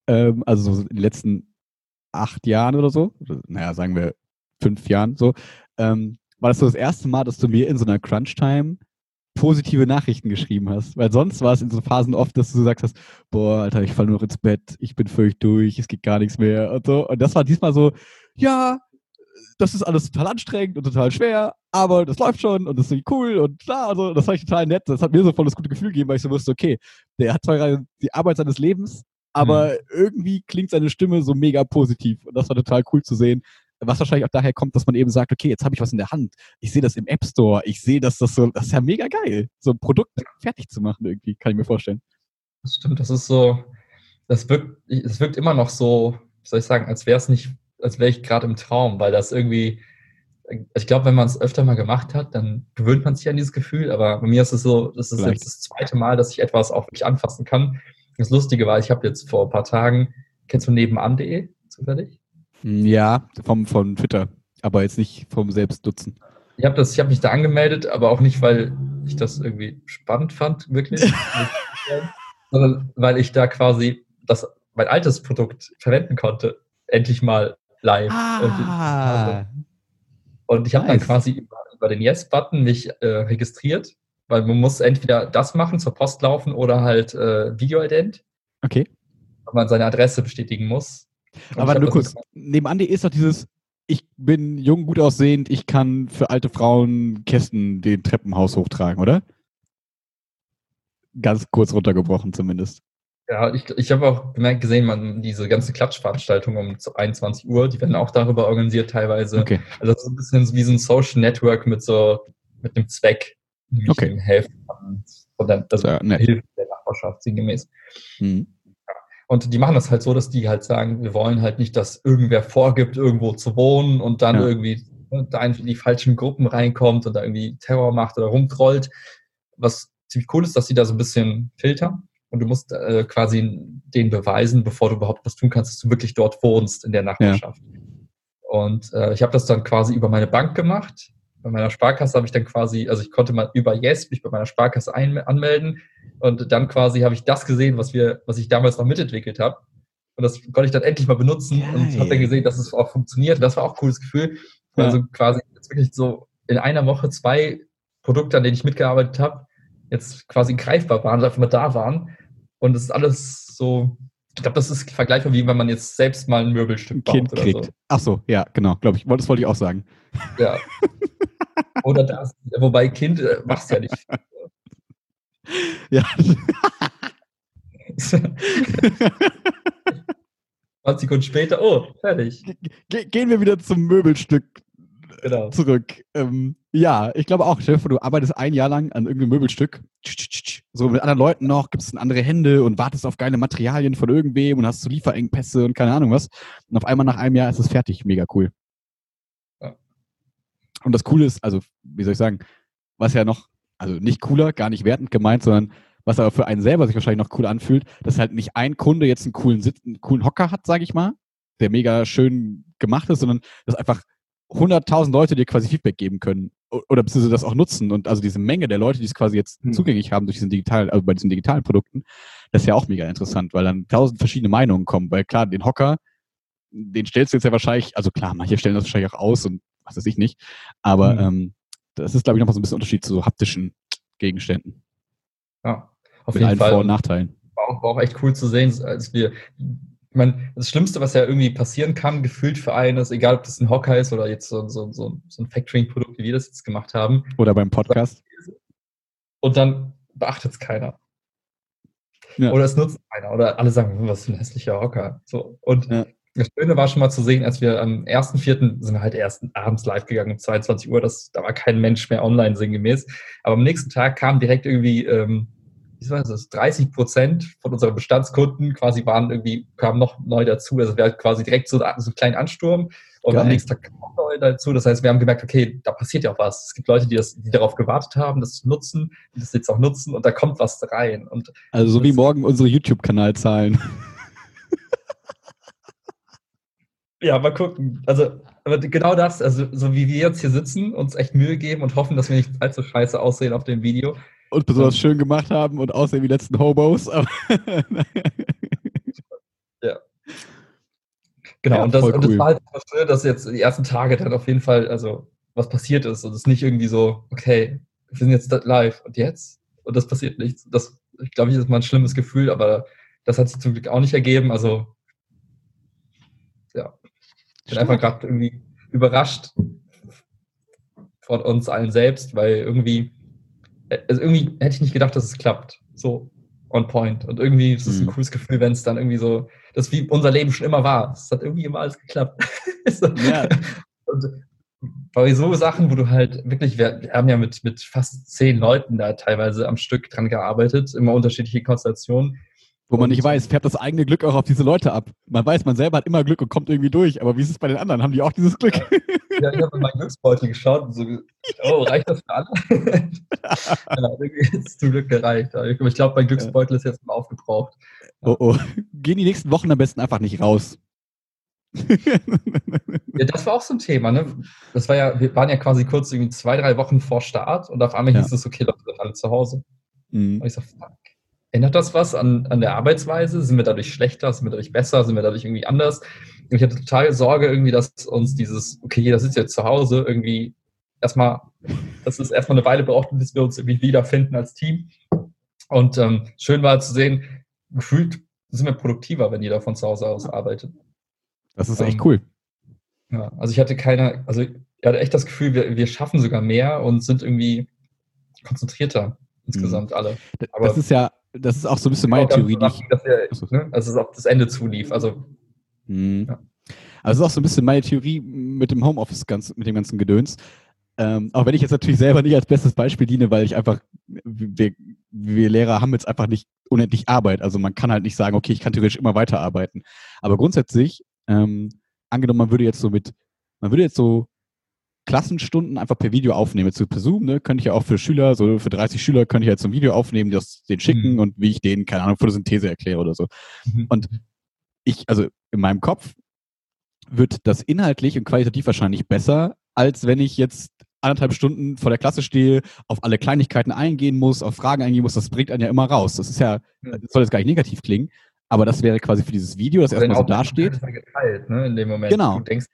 also so in den letzten 8 Jahren oder so, naja, sagen wir 5 Jahren so, war das so das erste Mal, dass du mir in so einer Crunch-Time positive Nachrichten geschrieben hast. Weil sonst war es in so Phasen oft, dass du so gesagt hast, boah, Alter, ich falle nur noch ins Bett, ich bin völlig durch, es geht gar nichts mehr und so. Und das war diesmal so, ja, das ist alles total anstrengend und total schwer, aber das läuft schon und das ist cool und klar, also das war ich total nett. Das hat mir so voll das gute Gefühl gegeben, weil ich so wusste, okay, der hat zwar gerade die Arbeit seines Lebens, aber irgendwie klingt seine Stimme so mega positiv und das war total cool zu sehen. Was wahrscheinlich auch daher kommt, dass man eben sagt, okay, jetzt habe ich was in der Hand. Ich sehe das im App Store. Ich sehe, dass das ist ja mega geil, so ein Produkt fertig zu machen irgendwie, kann ich mir vorstellen. Das stimmt, es wirkt immer noch so, wie soll ich sagen, als wäre ich gerade im Traum, weil das irgendwie, ich glaube, wenn man es öfter mal gemacht hat, dann gewöhnt man sich an dieses Gefühl, aber bei mir ist es so, das ist jetzt das 2. Mal, dass ich etwas auch wirklich anfassen kann. Das Lustige war, ich habe jetzt vor ein paar Tagen, kennst du nebenan.de zufällig? Ja, von Twitter, aber jetzt nicht vom Selbstnutzen. Ich habe mich da angemeldet, aber auch nicht, weil ich das irgendwie spannend fand, wirklich, sondern weil ich da quasi mein altes Produkt verwenden konnte, endlich mal live. Und ich habe dann quasi über den Yes-Button mich registriert, weil man muss entweder das machen, zur Post laufen oder halt Video-Ident. Okay. Weil man seine Adresse bestätigen muss. Aber nur kurz, nebenan.de ist doch dieses, ich bin jung, gut aussehend, ich kann für alte Frauen Kästen den Treppenhaus hochtragen, oder? Ganz kurz runtergebrochen zumindest. Ja, ich habe auch gesehen, diese ganze Klatschveranstaltungen um 21 Uhr, die werden auch darüber organisiert teilweise. Okay. Also das ist ein bisschen wie so ein Social Network mit einem Zweck, nämlich dem Helfen Hilfe der Nachbarschaft sinngemäß. Und die machen das halt so, dass die halt sagen, wir wollen halt nicht, dass irgendwer vorgibt, irgendwo zu wohnen und dann irgendwie da in die falschen Gruppen reinkommt und da irgendwie Terror macht oder rumtrollt. Was ziemlich cool ist, dass sie da so ein bisschen filtern. Und du musst quasi denen beweisen, bevor du überhaupt was tun kannst, dass du wirklich dort wohnst in der Nachbarschaft. Ja. Und ich habe das dann quasi über meine Bank gemacht. Bei meiner Sparkasse habe ich dann quasi, also ich konnte mal über Yes mich bei meiner Sparkasse anmelden. Und dann quasi habe ich das gesehen, was ich damals noch mitentwickelt habe. Und das konnte ich dann endlich mal benutzen und habe dann gesehen, dass es auch funktioniert. Das war auch ein cooles Gefühl. Ja. Also quasi jetzt wirklich so in einer Woche 2 Produkte, an denen ich mitgearbeitet habe, jetzt quasi greifbar waren, einfach mal da waren. Und es ist alles so, ich glaube, das ist vergleichbar, wie wenn man jetzt selbst mal ein Möbelstück baut Kind oder kriegt. So. Ach so, ja, genau, glaube ich. Das wollte ich auch sagen. Ja. Oder das. Wobei Kind machst ja nicht. Ja. 20 Sekunden später, fertig. Gehen wir wieder zum Möbelstück Genau. zurück. Ja, ich glaube auch. Stell dir vor, du arbeitest ein Jahr lang an irgendeinem Möbelstück, so mit anderen Leuten noch, gibst in andere Hände und wartest auf geile Materialien von irgendwem und hast so Lieferengpässe und keine Ahnung was. Und auf einmal nach einem Jahr ist es fertig. Mega cool. Ja. Und das Coole ist, also, wie soll ich sagen, was ja noch, also nicht cooler, gar nicht wertend gemeint, sondern was aber für einen selber sich wahrscheinlich noch cool anfühlt, dass halt nicht ein Kunde jetzt einen coolen Hocker hat, sage ich mal, der mega schön gemacht ist, sondern dass einfach 100.000 Leute dir quasi Feedback geben können oder beziehungsweise das auch nutzen und also diese Menge der Leute, die es quasi jetzt zugänglich haben durch diesen also bei diesen digitalen Produkten, das ist ja auch mega interessant, weil dann 1.000 verschiedene Meinungen kommen, weil klar, den Hocker, den stellst du jetzt ja wahrscheinlich, also klar, manche stellen das wahrscheinlich auch aus und was weiß ich nicht, aber das ist, glaube ich, nochmal so ein bisschen Unterschied zu so haptischen Gegenständen. Ja, auf mit jeden allen Fall. Vor- und Nachteilen. War auch echt cool zu sehen, als ich meine, das Schlimmste, was ja irgendwie passieren kann, gefühlt für einen, ist, egal ob das ein Hocker ist oder jetzt so ein Factoring-Produkt, wie wir das jetzt gemacht haben. Oder beim Podcast. Und dann beachtet es keiner. Ja. Oder es nutzt keiner. Oder alle sagen, was für ein hässlicher Hocker. So. Und Ja. das Schöne war schon mal zu sehen, als wir am 1.4. sind wir halt erst abends live gegangen um 22 Uhr. Da war kein Mensch mehr online sinngemäß. Aber am nächsten Tag kam direkt irgendwie, wie war das, 30% von unseren Bestandskunden quasi kamen noch neu dazu. Also wir hatten quasi direkt so einen kleinen Ansturm. Und Geil. am nächsten Tag kam noch neu dazu. Das heißt, wir haben gemerkt, okay, da passiert ja auch was. Es gibt Leute, die darauf gewartet haben, das zu nutzen, die das jetzt auch nutzen und da kommt was rein. Und also so wie morgen unsere YouTube-Kanalzahlen. Ja, mal gucken. Also, aber genau das, also so wie wir jetzt hier sitzen, uns echt Mühe geben und hoffen, dass wir nicht allzu scheiße aussehen auf dem Video. Und besonders schön gemacht haben und aussehen wie die letzten Hobos. Ja. Genau, ja, und das cool. war halt schön, dass jetzt die ersten Tage dann auf jeden Fall, also was passiert ist. Und es ist nicht irgendwie so, okay, wir sind jetzt live und jetzt? Und das passiert nichts. Das, ich glaube, ist mal ein schlimmes Gefühl, aber das hat sich zum Glück auch nicht ergeben. Also, ja. Ich bin einfach gerade irgendwie überrascht von uns allen selbst, weil irgendwie hätte ich nicht gedacht, dass es klappt. So on point. Und irgendwie ist es ein cooles Gefühl, wenn es dann irgendwie so, das wie unser Leben schon immer war. Es hat irgendwie immer alles geklappt. So. Ja. Und bei so Sachen, wo du halt wirklich, wir haben ja mit fast 10 Leuten da teilweise am Stück dran gearbeitet, immer unterschiedliche Konstellationen. Wo man nicht weiß, färbt das eigene Glück auch auf diese Leute ab. Man weiß, man selber hat immer Glück und kommt irgendwie durch, aber wie ist es bei den anderen? Haben die auch dieses Glück? Ja, ich habe in meinen Glücksbeutel geschaut und so, oh, reicht das für alle? Ja, irgendwie ist es zum Glück gereicht. Ich glaube, mein Glücksbeutel ist jetzt mal aufgebraucht. Ja. Oh. Gehen die nächsten Wochen am besten einfach nicht raus. Ja, das war auch so ein Thema, ne? Das war ja, wir waren ja quasi kurz irgendwie 2-3 Wochen vor Start und auf einmal hieß es, okay, Leute sind alle zu Hause. Und ich so, fuck. Ändert das was an der Arbeitsweise? Sind wir dadurch schlechter? Sind wir dadurch besser? Sind wir dadurch irgendwie anders? Und ich hatte total Sorge irgendwie, dass uns dieses, okay, jeder sitzt jetzt zu Hause, irgendwie dass es erstmal eine Weile braucht, bis wir uns irgendwie wiederfinden als Team. Und schön war zu sehen, gefühlt sind wir produktiver, wenn jeder von zu Hause aus arbeitet. Das ist echt cool. Ja, also ich hatte echt das Gefühl, wir schaffen sogar mehr und sind irgendwie konzentrierter insgesamt alle. Aber das ist auch so ein bisschen meine Theorie, als es auf das Ende zulief. Also, ja. Also es ist auch so ein bisschen meine Theorie mit dem Homeoffice, mit dem ganzen Gedöns. Auch wenn ich jetzt natürlich selber nicht als bestes Beispiel diene, weil ich einfach, wir Lehrer haben jetzt einfach nicht unendlich Arbeit. Also man kann halt nicht sagen, okay, ich kann theoretisch immer weiterarbeiten. Aber grundsätzlich, angenommen, man würde jetzt so Klassenstunden einfach per Video aufnehmen. Jetzt per Zoom, ne, könnte ich ja auch für Schüler, so für 30 Schüler, könnte ich jetzt so ein Video aufnehmen, den schicken und wie ich denen, keine Ahnung, Photosynthese erkläre oder so. Und also in meinem Kopf wird das inhaltlich und qualitativ wahrscheinlich besser, als wenn ich jetzt 1,5 Stunden vor der Klasse stehe, auf alle Kleinigkeiten eingehen muss, auf Fragen eingehen muss. Das bringt einen ja immer raus. Das ist ja, das soll jetzt gar nicht negativ klingen, aber das wäre quasi für dieses Video, das erstmal so dasteht. Geteilt, ne, in dem Moment. Genau. Du denkst,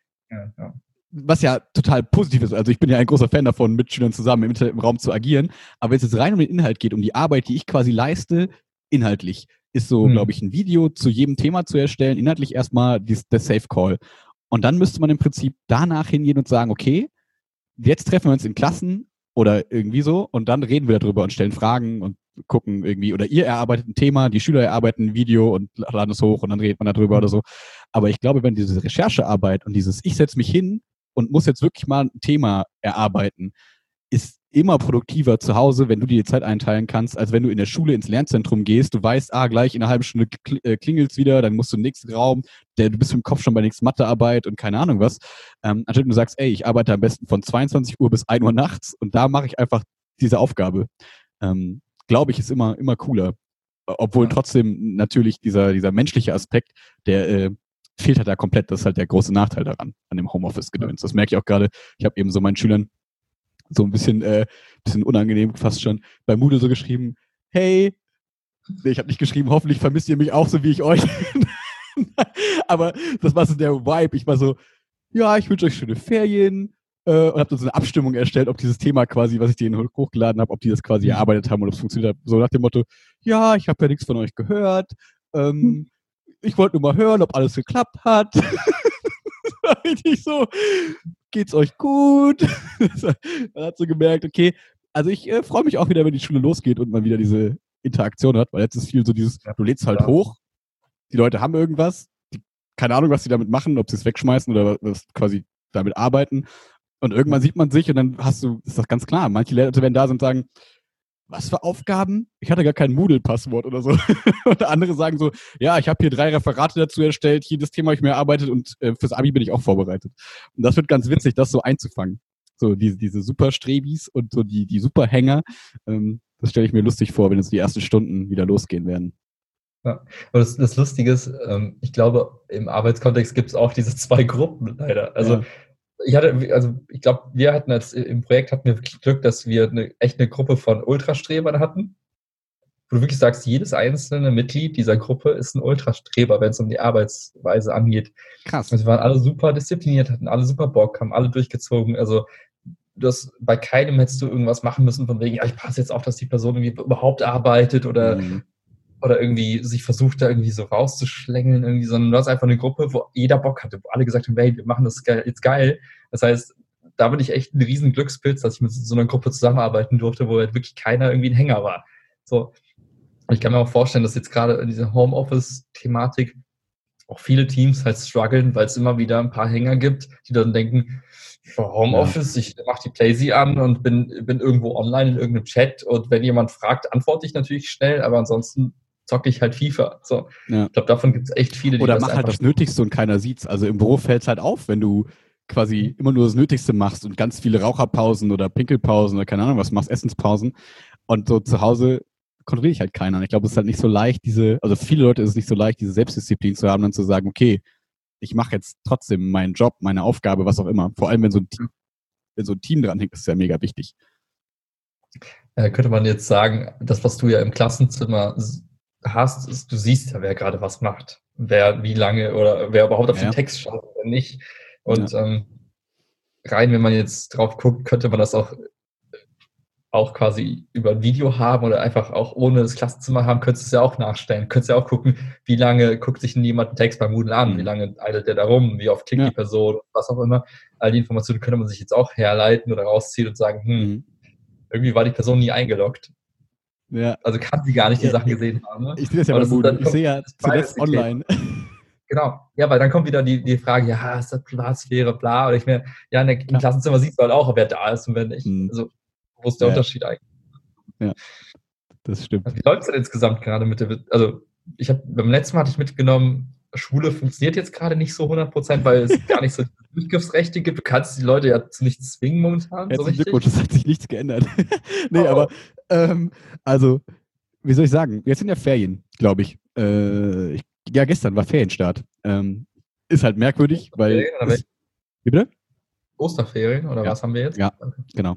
was ja total positiv ist. Also ich bin ja ein großer Fan davon, mit Schülern zusammen im Raum zu agieren. Aber wenn es jetzt rein um den Inhalt geht, um die Arbeit, die ich quasi leiste, inhaltlich, ist so, glaube ich, ein Video zu jedem Thema zu erstellen, inhaltlich erstmal der Safe Call. Und dann müsste man im Prinzip danach hingehen und sagen, okay, jetzt treffen wir uns in Klassen oder irgendwie so und dann reden wir darüber und stellen Fragen und gucken irgendwie, oder ihr erarbeitet ein Thema, die Schüler erarbeiten ein Video und laden es hoch und dann redet man darüber oder so. Aber ich glaube, wenn diese Recherchearbeit und ich setze mich hin und muss jetzt wirklich mal ein Thema erarbeiten, ist immer produktiver zu Hause, wenn du dir die Zeit einteilen kannst, als wenn du in der Schule ins Lernzentrum gehst. Du weißt, gleich in einer halben Stunde klingelt's wieder, dann musst du im nächsten Raum, du bist im Kopf schon bei der nächsten Mathearbeit und keine Ahnung was. Anstatt du sagst, ey, ich arbeite am besten von 22 Uhr bis 1 Uhr nachts und da mache ich einfach diese Aufgabe. Glaube ich, ist immer cooler. Obwohl trotzdem natürlich dieser menschliche Aspekt, der fehlt halt da komplett. Das ist halt der große Nachteil daran, an dem Homeoffice-Gedöns. Das merke ich auch gerade. Ich habe eben so meinen Schülern so ein bisschen unangenehm fast schon bei Moodle so geschrieben, hey, nee, ich habe nicht geschrieben, hoffentlich vermisst ihr mich auch so wie ich euch. Aber das war so der Vibe. Ich war so, ja, ich wünsche euch schöne Ferien und habe dann so eine Abstimmung erstellt, ob dieses Thema quasi, was ich denen hochgeladen habe, ob die das quasi erarbeitet haben oder ob es funktioniert hat. So nach dem Motto, ja, ich habe ja nichts von euch gehört. Ich wollte nur mal hören, ob alles geklappt hat. Richtig so, geht's euch gut? Man hat so gemerkt, okay, also ich freue mich auch wieder, wenn die Schule losgeht und man wieder diese Interaktion hat, weil jetzt ist viel so dieses, du lädst halt hoch, die Leute haben irgendwas, keine Ahnung, was sie damit machen, ob sie es wegschmeißen oder was quasi damit arbeiten und irgendwann sieht man sich und dann ist das ganz klar, manche Leute werden da sind und sagen, was für Aufgaben? Ich hatte gar kein Moodle-Passwort oder so. Und andere sagen so, ja, ich habe hier 3 Referate dazu erstellt, jedes Thema habe ich mir erarbeitet und fürs Abi bin ich auch vorbereitet. Und das wird ganz witzig, das so einzufangen. So diese super Strebis und so die super Hänger. Das stelle ich mir lustig vor, wenn jetzt die ersten Stunden wieder losgehen werden. Ja, aber das Lustige ist, ich glaube, im Arbeitskontext gibt es auch diese 2 Gruppen leider. Also ich glaube, wir hatten im Projekt hatten wir wirklich Glück, dass wir echt eine Gruppe von Ultrastrebern hatten, wo du wirklich sagst, jedes einzelne Mitglied dieser Gruppe ist ein Ultrastreber, wenn es um die Arbeitsweise angeht. Krass. Also wir waren alle super diszipliniert, hatten alle super Bock, haben alle durchgezogen. Also bei keinem hättest du irgendwas machen müssen von wegen, ja, ich passe jetzt auf, dass die Person irgendwie überhaupt arbeitet oder irgendwie sich versucht, da irgendwie so rauszuschlängeln, irgendwie, sondern du hast einfach eine Gruppe, wo jeder Bock hatte, wo alle gesagt haben, hey, wir machen das jetzt geil. Das heißt, da bin ich echt ein riesen Glückspilz, dass ich mit so einer Gruppe zusammenarbeiten durfte, wo halt wirklich keiner irgendwie ein Hänger war. So. Und ich kann mir auch vorstellen, dass jetzt gerade in dieser Homeoffice-Thematik auch viele Teams halt strugglen, weil es immer wieder ein paar Hänger gibt, die dann denken, für Homeoffice, ich mache die Playsee an und bin irgendwo online in irgendeinem Chat und wenn jemand fragt, antworte ich natürlich schnell, aber ansonsten zocke ich halt FIFA. So. Ja. Ich glaube, davon gibt es echt viele, die oder mach halt das Nötigste und keiner sieht's. Also im Büro fällt es halt auf, wenn du quasi immer nur das Nötigste machst und ganz viele Raucherpausen oder Pinkelpausen oder keine Ahnung was machst, Essenspausen. Und so zu Hause kontrolliere ich halt keiner. Und ich glaube, es ist halt nicht so leicht, also viele Leute ist es nicht so leicht, diese Selbstdisziplin zu haben, dann zu sagen, okay, ich mache jetzt trotzdem meinen Job, meine Aufgabe, was auch immer. Vor allem, wenn so ein Team dran hängt, ist es ja mega wichtig. Könnte man jetzt sagen, das, was du ja im Klassenzimmer hast, ist, du siehst ja, wer gerade was macht. Wer wie lange oder wer überhaupt auf den Text schaut oder nicht. Und rein, wenn man jetzt drauf guckt, könnte man das auch quasi über ein Video haben oder einfach auch ohne das Klassenzimmer haben, könntest du es ja auch nachstellen. Könntest ja auch gucken, wie lange guckt sich jemand einen Text bei Moodle an, wie lange eilt der da rum, wie oft klickt die Person, was auch immer. All die Informationen könnte man sich jetzt auch herleiten oder rausziehen und sagen, irgendwie war die Person nie eingeloggt. Ja. Also kann sie gar nicht die Sachen gesehen haben. Ne? Ich sehe das ja bei Moodle. Ich sehe ja zuletzt online. Genau. Ja, weil dann kommt wieder die Frage, ja, ist das Privatsphäre, bla. Oder im Klassenzimmer siehst du halt auch, wer da ist und wer nicht. Also, wo ist der Unterschied eigentlich? Ja, das stimmt. Wie läuft es denn insgesamt gerade mit beim letzten Mal hatte ich mitgenommen, Schule funktioniert jetzt gerade nicht so 100%, weil es gar nicht so Durchgriffsrechte gibt. Du kannst die Leute ja zu nichts zwingen momentan. Herzlichen Glückwunsch, es hat sich nichts geändert. Nee, aber also, wie soll ich sagen? Jetzt sind ja Ferien, glaube ich. Ja, gestern war Ferienstart. Ist halt merkwürdig, weil... Wie bitte? Osterferien oder was haben wir jetzt? Ja, genau.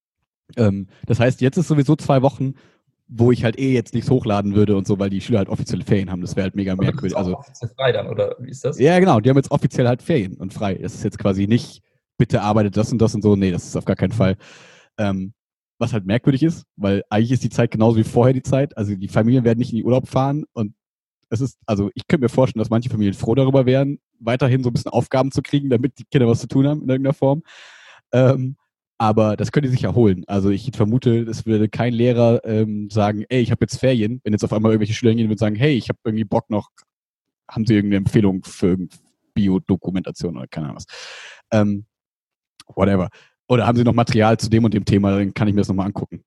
Das heißt, jetzt ist sowieso 2 Wochen, wo ich halt jetzt nichts hochladen würde und so, weil die Schüler halt offizielle Ferien haben. Das wäre halt mega merkwürdig. Also offiziell frei dann, oder wie ist das? Ja, genau. Die haben jetzt offiziell halt Ferien und frei. Das ist jetzt quasi nicht, bitte arbeitet das und das und so. Nee, das ist auf gar keinen Fall. Was halt merkwürdig ist, weil eigentlich ist die Zeit genauso wie vorher die Zeit. Also die Familien werden nicht in die Urlaub fahren und ich könnte mir vorstellen, dass manche Familien froh darüber wären, weiterhin so ein bisschen Aufgaben zu kriegen, damit die Kinder was zu tun haben in irgendeiner Form. Aber das können die sich erholen. Also ich vermute, es würde kein Lehrer sagen, ey, ich habe jetzt Ferien, wenn jetzt auf einmal irgendwelche Schüler hingehen und sagen, hey, ich habe irgendwie Bock noch, haben Sie irgendeine Empfehlung für Biodokumentation oder keine Ahnung was. whatever. Oder haben sie noch Material zu dem und dem Thema, dann kann ich mir das nochmal angucken.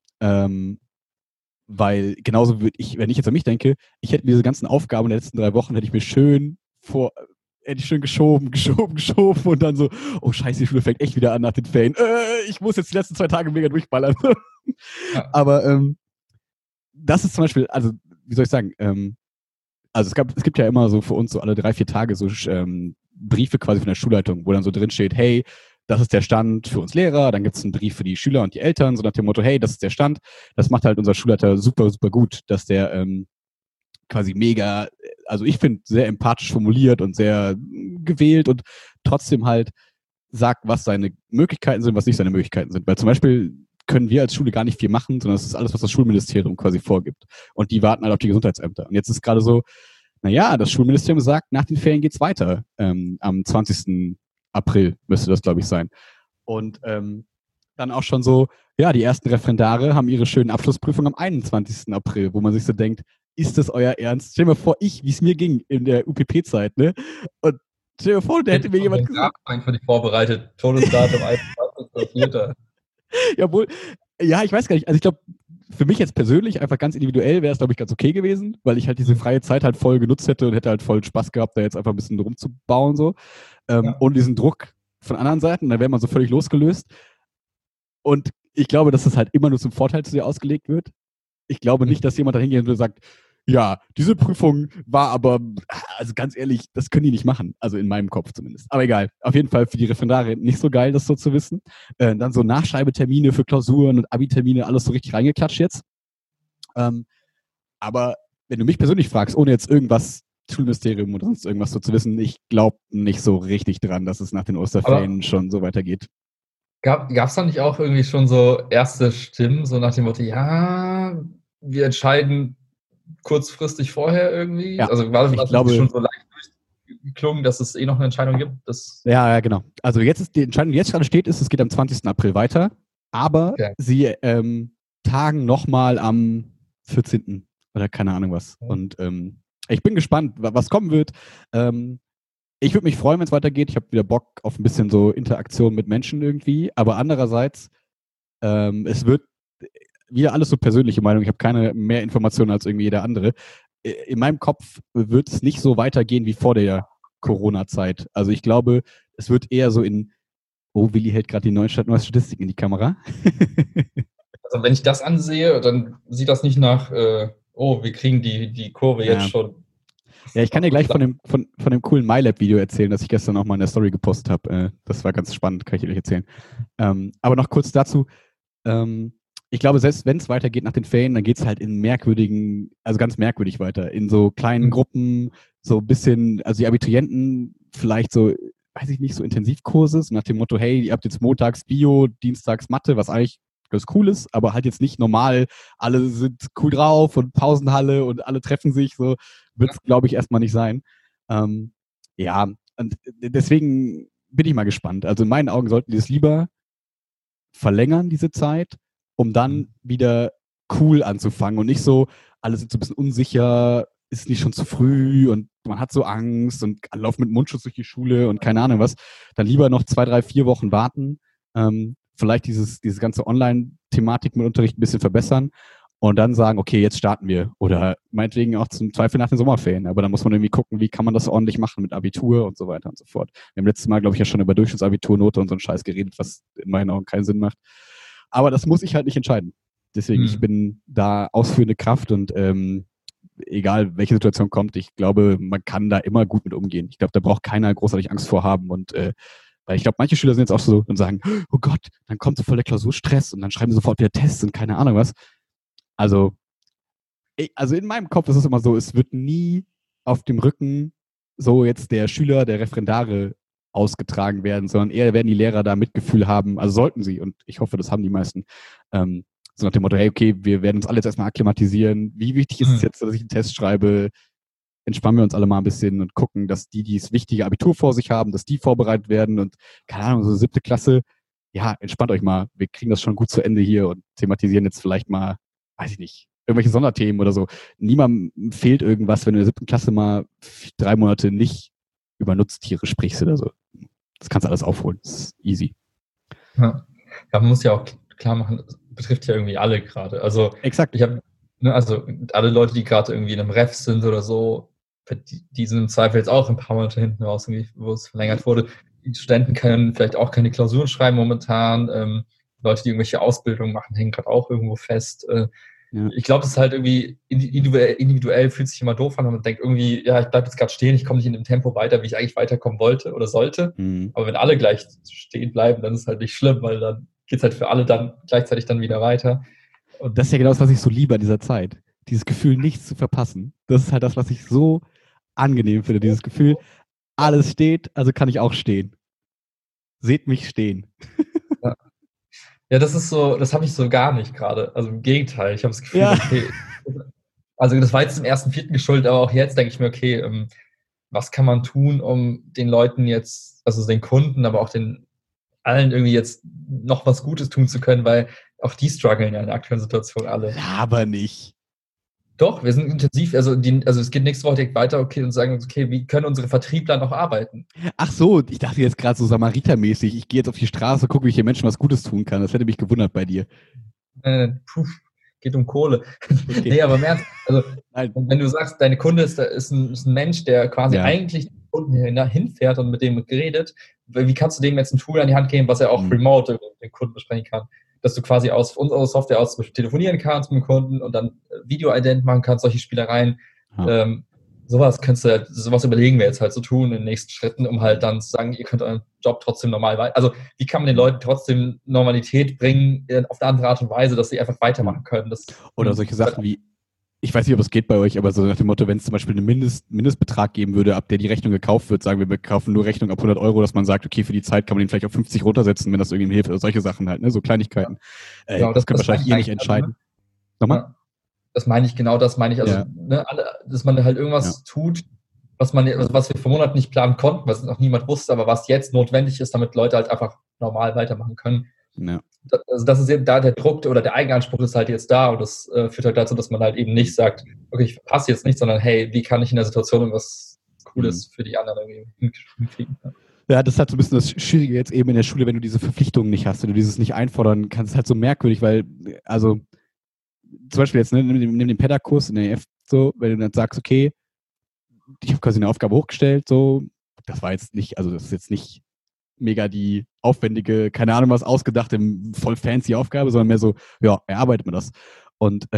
Weil genauso würde ich, wenn ich jetzt an mich denke, ich hätte diese ganzen Aufgaben in den letzten 3 Wochen, hätte ich schön geschoben und dann so, oh scheiße, die Schule fängt echt wieder an nach den Ferien. Ich muss jetzt die letzten 2 Tage mega durchballern. Ja. Aber das ist zum Beispiel, also wie soll ich sagen, also es gibt ja immer so für uns so alle 3-4 Tage so Briefe quasi von der Schulleitung, wo dann so drin steht, hey, das ist der Stand für uns Lehrer, dann gibt es einen Brief für die Schüler und die Eltern, so nach dem Motto, hey, das ist der Stand. Das macht halt unser Schulleiter super, super gut, dass der quasi mega, also ich finde, sehr empathisch formuliert und sehr gewählt und trotzdem halt sagt, was seine Möglichkeiten sind, was nicht seine Möglichkeiten sind. Weil zum Beispiel können wir als Schule gar nicht viel machen, sondern das ist alles, was das Schulministerium quasi vorgibt. Und die warten halt auf die Gesundheitsämter. Und jetzt ist gerade so, naja, das Schulministerium sagt, nach den Ferien geht's weiter. Am 20. April müsste das, glaube ich, sein. Und dann auch schon so, ja, die ersten Referendare haben ihre schönen Abschlussprüfungen am 21. April, wo man sich so denkt, ist das euer Ernst? Stell dir mal vor, wie es mir ging in der UPP-Zeit, ne? Und stell dir mal vor, da hätte mir jemand gesagt. Für dich vorbereitet. Todesdatum 21.04. Jawohl. Ja, ich weiß gar nicht. Also ich glaube, für mich jetzt persönlich, einfach ganz individuell, wäre es, glaube ich, ganz okay gewesen, weil ich halt diese freie Zeit halt voll genutzt hätte und hätte halt voll Spaß gehabt, da jetzt einfach ein bisschen rumzubauen, so. Ohne diesen Druck von anderen Seiten, dann wäre man so völlig losgelöst. Und ich glaube, dass das halt immer nur zum Vorteil zu dir ausgelegt wird. Ich glaube nicht, dass jemand da hingeht und sagt, ja, diese Prüfung war aber, also ganz ehrlich, das können die nicht machen. Also in meinem Kopf zumindest. Aber egal. Auf jeden Fall für die Referendare nicht so geil, das so zu wissen. Dann so Nachschreibetermine für Klausuren und Abi-Termine, alles so richtig reingeklatscht jetzt. Aber wenn du mich persönlich fragst, ohne jetzt irgendwas Schulministerium oder sonst irgendwas so zu wissen, ich glaube nicht so richtig dran, dass es nach den Osterferien schon so weitergeht. Gab es da nicht auch irgendwie schon so erste Stimmen, so nach dem Motto, ja, wir entscheiden kurzfristig vorher irgendwie? Ja, also war das glaube, schon so leicht durchgeklungen, dass es noch eine Entscheidung gibt? Ja, genau. Also jetzt ist die Entscheidung, die jetzt gerade steht, ist, es geht am 20. April weiter, aber sie tagen nochmal am 14. oder keine Ahnung was. Und ich bin gespannt, was kommen wird. Ich würde mich freuen, wenn es weitergeht. Ich habe wieder Bock auf ein bisschen so Interaktion mit Menschen irgendwie. Aber andererseits, es wird wieder alles so persönliche Meinung. Ich habe keine mehr Informationen als irgendwie jeder andere. In meinem Kopf wird es nicht so weitergehen wie vor der Corona-Zeit. Also ich glaube, es wird eher so Willi hält gerade die neue Statistiken in die Kamera. Also wenn ich das ansehe, dann sieht das nicht nach, wir kriegen die Kurve jetzt schon. Ja, ich kann dir gleich von dem coolen MyLab-Video erzählen, das ich gestern auch mal in der Story gepostet habe. Das war ganz spannend, kann ich dir gleich erzählen. Aber noch kurz dazu. Ich glaube, selbst wenn es weitergeht nach den Ferien, dann geht es halt in ganz merkwürdig weiter. In so kleinen Gruppen, so ein bisschen, also die Abiturienten vielleicht so, weiß ich nicht, so Intensivkurse, so nach dem Motto, hey, ihr habt jetzt montags Bio, dienstags Mathe, was eigentlich ganz cool ist, aber halt jetzt nicht normal, alle sind cool drauf und Pausenhalle und alle treffen sich, so wird es, glaube ich, erstmal nicht sein. Ja, und deswegen bin ich mal gespannt. Also in meinen Augen sollten die es lieber verlängern, diese Zeit, um dann wieder cool anzufangen und nicht so, alle sind so ein bisschen unsicher, ist nicht schon zu früh und man hat so Angst und alle laufen mit Mundschutz durch die Schule und keine Ahnung was. Dann lieber noch 2, 3, 4 Wochen warten, vielleicht diese ganze Online-Thematik mit Unterricht ein bisschen verbessern und dann sagen, okay, jetzt starten wir. Oder meinetwegen auch zum Zweifel nach den Sommerferien. Aber dann muss man irgendwie gucken, wie kann man das ordentlich machen mit Abitur und so weiter und so fort. Wir haben letztes Mal, glaube ich, ja schon über Durchschnittsabiturnote und so einen Scheiß geredet, was in meinen Augen keinen Sinn macht. Aber das muss ich halt nicht entscheiden. Deswegen, ich bin da ausführende Kraft und egal, welche Situation kommt, ich glaube, man kann da immer gut mit umgehen. Ich glaube, da braucht keiner großartig Angst vor haben und weil ich glaube, manche Schüler sind jetzt auch so und sagen, oh Gott, dann kommt so voll der Klausurstress und dann schreiben sie sofort wieder Tests und keine Ahnung was. Also in meinem Kopf ist es immer so, es wird nie auf dem Rücken so jetzt der Schüler, der Referendare ausgetragen werden, sondern eher werden die Lehrer da Mitgefühl haben, also sollten sie, und ich hoffe, das haben die meisten, so nach dem Motto, hey, okay, wir werden uns alle jetzt erstmal akklimatisieren. Wie wichtig ist es jetzt, dass ich einen Test schreibe? Entspannen wir uns alle mal ein bisschen und gucken, dass die das wichtige Abitur vor sich haben, dass die vorbereitet werden und, keine Ahnung, so 7. Klasse, ja, entspannt euch mal. Wir kriegen das schon gut zu Ende hier und thematisieren jetzt vielleicht mal, weiß ich nicht, irgendwelche Sonderthemen oder so. Niemandem fehlt irgendwas, wenn du in der 7. Klasse mal 3 Monate nicht über Nutztiere sprichst oder so. Das kannst du alles aufholen. Das ist easy. Ja. Ja, man muss ja auch klar machen, das betrifft ja irgendwie alle gerade. Also Exakt. ich habe, ne, also alle Leute, die gerade irgendwie in einem Ref sind oder so, die sind im Zweifel jetzt auch ein paar Monate hinten raus, irgendwie, wo es verlängert wurde. Die Studenten können vielleicht auch keine Klausuren schreiben momentan. Leute, die irgendwelche Ausbildungen machen, hängen gerade auch irgendwo fest. Ja. Ich glaube, das ist halt irgendwie individuell fühlt sich immer doof an und man denkt irgendwie, ja, ich bleibe jetzt gerade stehen, ich komme nicht in dem Tempo weiter, wie ich eigentlich weiterkommen wollte oder sollte. Mhm. Aber wenn alle gleich stehen bleiben, dann ist es halt nicht schlimm, weil dann geht es halt für alle dann gleichzeitig dann wieder weiter. Und Das ist ja genau das, was ich so liebe an dieser Zeit. Dieses Gefühl, nichts zu verpassen. Das ist halt das, was ich so angenehm finde. Dieses Gefühl, alles steht, also kann ich auch stehen. Seht mich stehen. ja, ja, das ist so, das habe ich so gar nicht gerade. Also im Gegenteil, ich habe das Gefühl, Ja. okay, also das war jetzt im 1.4. geschuldet, aber auch jetzt denke ich mir, okay, was kann man tun, um den Leuten jetzt, also den Kunden, aber auch den allen irgendwie jetzt noch was Gutes tun zu können, weil auch die strugglen ja in der aktuellen Situation alle. Aber nicht. Doch, wir sind intensiv, also es geht nächste Woche direkt weiter, okay, und sagen uns, okay, wie können unsere Vertriebler noch arbeiten? Ach so, ich dachte jetzt gerade so Samaritermäßig. Ich gehe jetzt auf die Straße, gucke, wie ich hier Menschen was Gutes tun kann. Das hätte mich gewundert bei dir. Puh, geht um Kohle. Okay. Nee, aber im Ernst, also Nein. wenn du sagst, deine Kunde ist ein Mensch, der quasi Ja. eigentlich den Kunden hinfährt und mit dem redet, wie kannst du dem jetzt ein Tool an die Hand geben, was er auch remote mit dem Kunden besprechen kann? Dass du quasi aus unserer Software aus zum Beispiel telefonieren kannst mit dem Kunden und dann Video-Ident machen kannst, solche Spielereien. Ja. Sowas überlegen wir jetzt halt zu tun in den nächsten Schritten, um halt dann zu sagen, ihr könnt euren Job trotzdem normal weiter. Also wie kann man den Leuten trotzdem Normalität bringen auf eine andere Art und Weise, dass sie einfach weitermachen können? Oder solche Sachen wie, ich weiß nicht, ob es geht bei euch, aber so nach dem Motto, wenn es zum Beispiel einen Mindestbetrag geben würde, ab der die Rechnung gekauft wird, sagen wir kaufen nur Rechnung ab 100 Euro, dass man sagt, okay, für die Zeit kann man den vielleicht auf 50 runtersetzen, wenn das irgendwie hilft, oder solche Sachen halt, ne, so Kleinigkeiten. Ja. Genau, das können wahrscheinlich ihr nicht entscheiden. Ne? Nochmal? Ja, das meine ich, also, Ja. ne, dass man halt irgendwas tut, was wir vor Monaten nicht planen konnten, was noch niemand wusste, aber was jetzt notwendig ist, damit Leute halt einfach normal weitermachen können. Ja. Also das ist eben da der Druck oder der Eigenanspruch ist halt jetzt da und das führt halt dazu, dass man halt eben nicht sagt, okay, ich verpasse jetzt nicht, sondern hey, wie kann ich in der Situation irgendwas Cooles für die anderen irgendwie hinkriegen? Ja, das ist halt so ein bisschen das Schwierige jetzt eben in der Schule, wenn du diese Verpflichtungen nicht hast, wenn du dieses nicht einfordern kannst, ist halt so merkwürdig, weil, also zum Beispiel jetzt, ne, nimm den PEDA-Kurs in der EF, so, wenn du dann sagst, okay, ich habe quasi eine Aufgabe hochgestellt, so, das war jetzt nicht, also das ist jetzt nicht mega die aufwendige, keine Ahnung was, ausgedachte, voll fancy Aufgabe, sondern mehr so, ja, erarbeitet man das. Und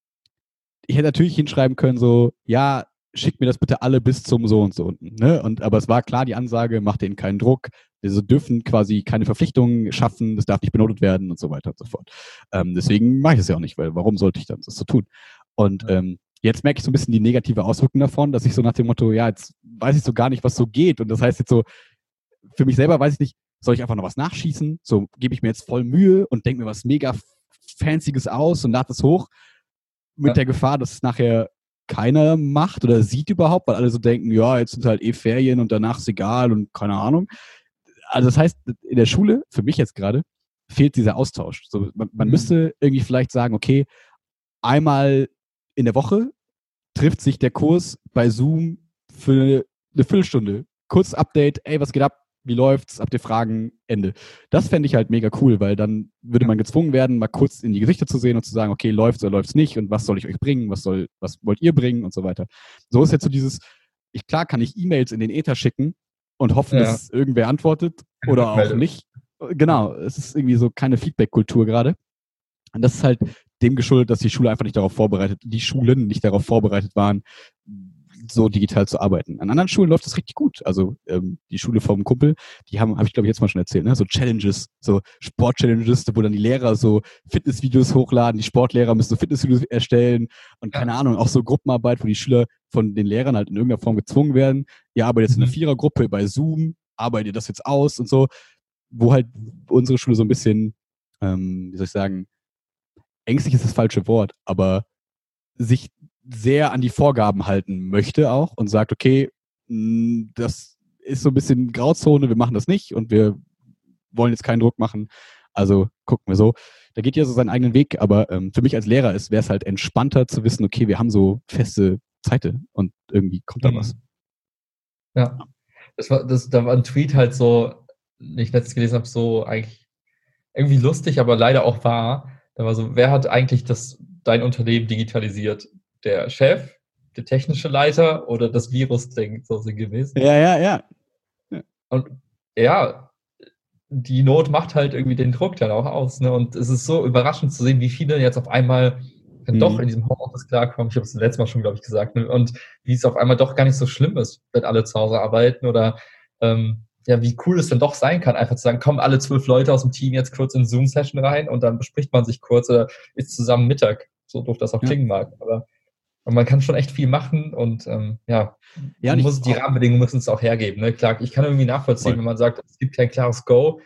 ich hätte natürlich hinschreiben können, so, ja, schickt mir das bitte alle bis zum so und so unten. Ne? Aber es war klar die Ansage, macht denen keinen Druck, wir dürfen quasi keine Verpflichtungen schaffen, das darf nicht benotet werden und so weiter und so fort. Deswegen mache ich es ja auch nicht, weil warum sollte ich dann das so tun? Und jetzt merke ich so ein bisschen die negative Auswirkung davon, dass ich so nach dem Motto, ja, jetzt weiß ich so gar nicht, was so geht. Und das heißt jetzt so, für mich selber weiß ich nicht, soll ich einfach noch was nachschießen? So gebe ich mir jetzt voll Mühe und denke mir was mega Fancyes aus und lade das hoch mit der Gefahr, dass es nachher keiner macht oder sieht überhaupt, weil alle so denken, ja, jetzt sind halt Ferien und danach ist egal und keine Ahnung. Also das heißt, in der Schule, für mich jetzt gerade, fehlt dieser Austausch. So, man müsste irgendwie vielleicht sagen, okay, einmal in der Woche trifft sich der Kurs bei Zoom für eine Viertelstunde. Kurzes Update, ey, was geht ab? Wie läuft's? Habt ihr Fragen? Ende. Das fände ich halt mega cool, weil dann würde man gezwungen werden, mal kurz in die Gesichter zu sehen und zu sagen, okay, läuft's oder läuft's nicht und was soll ich euch bringen? Was wollt ihr bringen und so weiter. So ist jetzt so dieses, klar kann ich E-Mails in den Äther schicken und hoffen, dass irgendwer antwortet oder auch nicht. Genau, es ist irgendwie so keine Feedback-Kultur gerade. Und das ist halt dem geschuldet, dass die Schulen nicht darauf vorbereitet waren, so digital zu arbeiten. An anderen Schulen läuft das richtig gut. Also die Schule vom Kumpel, die habe ich glaube ich jetzt mal schon erzählt, ne? So Challenges, so Sport-Challenges, wo dann die Lehrer so Fitnessvideos hochladen, die Sportlehrer müssen so Fitnessvideos erstellen und keine Ahnung, auch so Gruppenarbeit, wo die Schüler von den Lehrern halt in irgendeiner Form gezwungen werden, ihr arbeitet jetzt in einer Vierergruppe bei Zoom, arbeitet ihr das jetzt aus und so, wo halt unsere Schule so ein bisschen, wie soll ich sagen, ängstlich ist das falsche Wort, aber sich sehr an die Vorgaben halten möchte auch und sagt, okay, das ist so ein bisschen Grauzone, wir machen das nicht und wir wollen jetzt keinen Druck machen, also gucken wir so. Da geht ja so seinen eigenen Weg, aber für mich als Lehrer wäre es halt entspannter zu wissen, okay, wir haben so feste Zeiten und irgendwie kommt da was. Ja, da war ein Tweet halt so, den ich letztens gelesen habe, so eigentlich irgendwie lustig, aber leider auch wahr. Da war so, wer hat eigentlich dein Unternehmen digitalisiert? Der Chef, der technische Leiter oder das Virus-Ding, so sinngemäß. Ja, ja, ja. Und ja, die Not macht halt irgendwie den Druck dann auch aus. Ne? Und es ist so überraschend zu sehen, wie viele jetzt auf einmal dann doch in diesem Homeoffice klarkommen. Ich habe es letztes Mal schon, glaube ich, gesagt. Ne? Und wie es auf einmal doch gar nicht so schlimm ist, wenn alle zu Hause arbeiten oder ja, wie cool es dann doch sein kann, einfach zu sagen, kommen alle 12 Leute aus dem Team jetzt kurz in Zoom-Session rein und dann bespricht man sich kurz oder isst zusammen Mittag. So doof das auch klingen mag. Aber man kann schon echt viel machen und ja, Ja, die Rahmenbedingungen müssen es auch hergeben. Ne? Klar, ich kann irgendwie nachvollziehen, wenn man sagt, es gibt kein klares Go.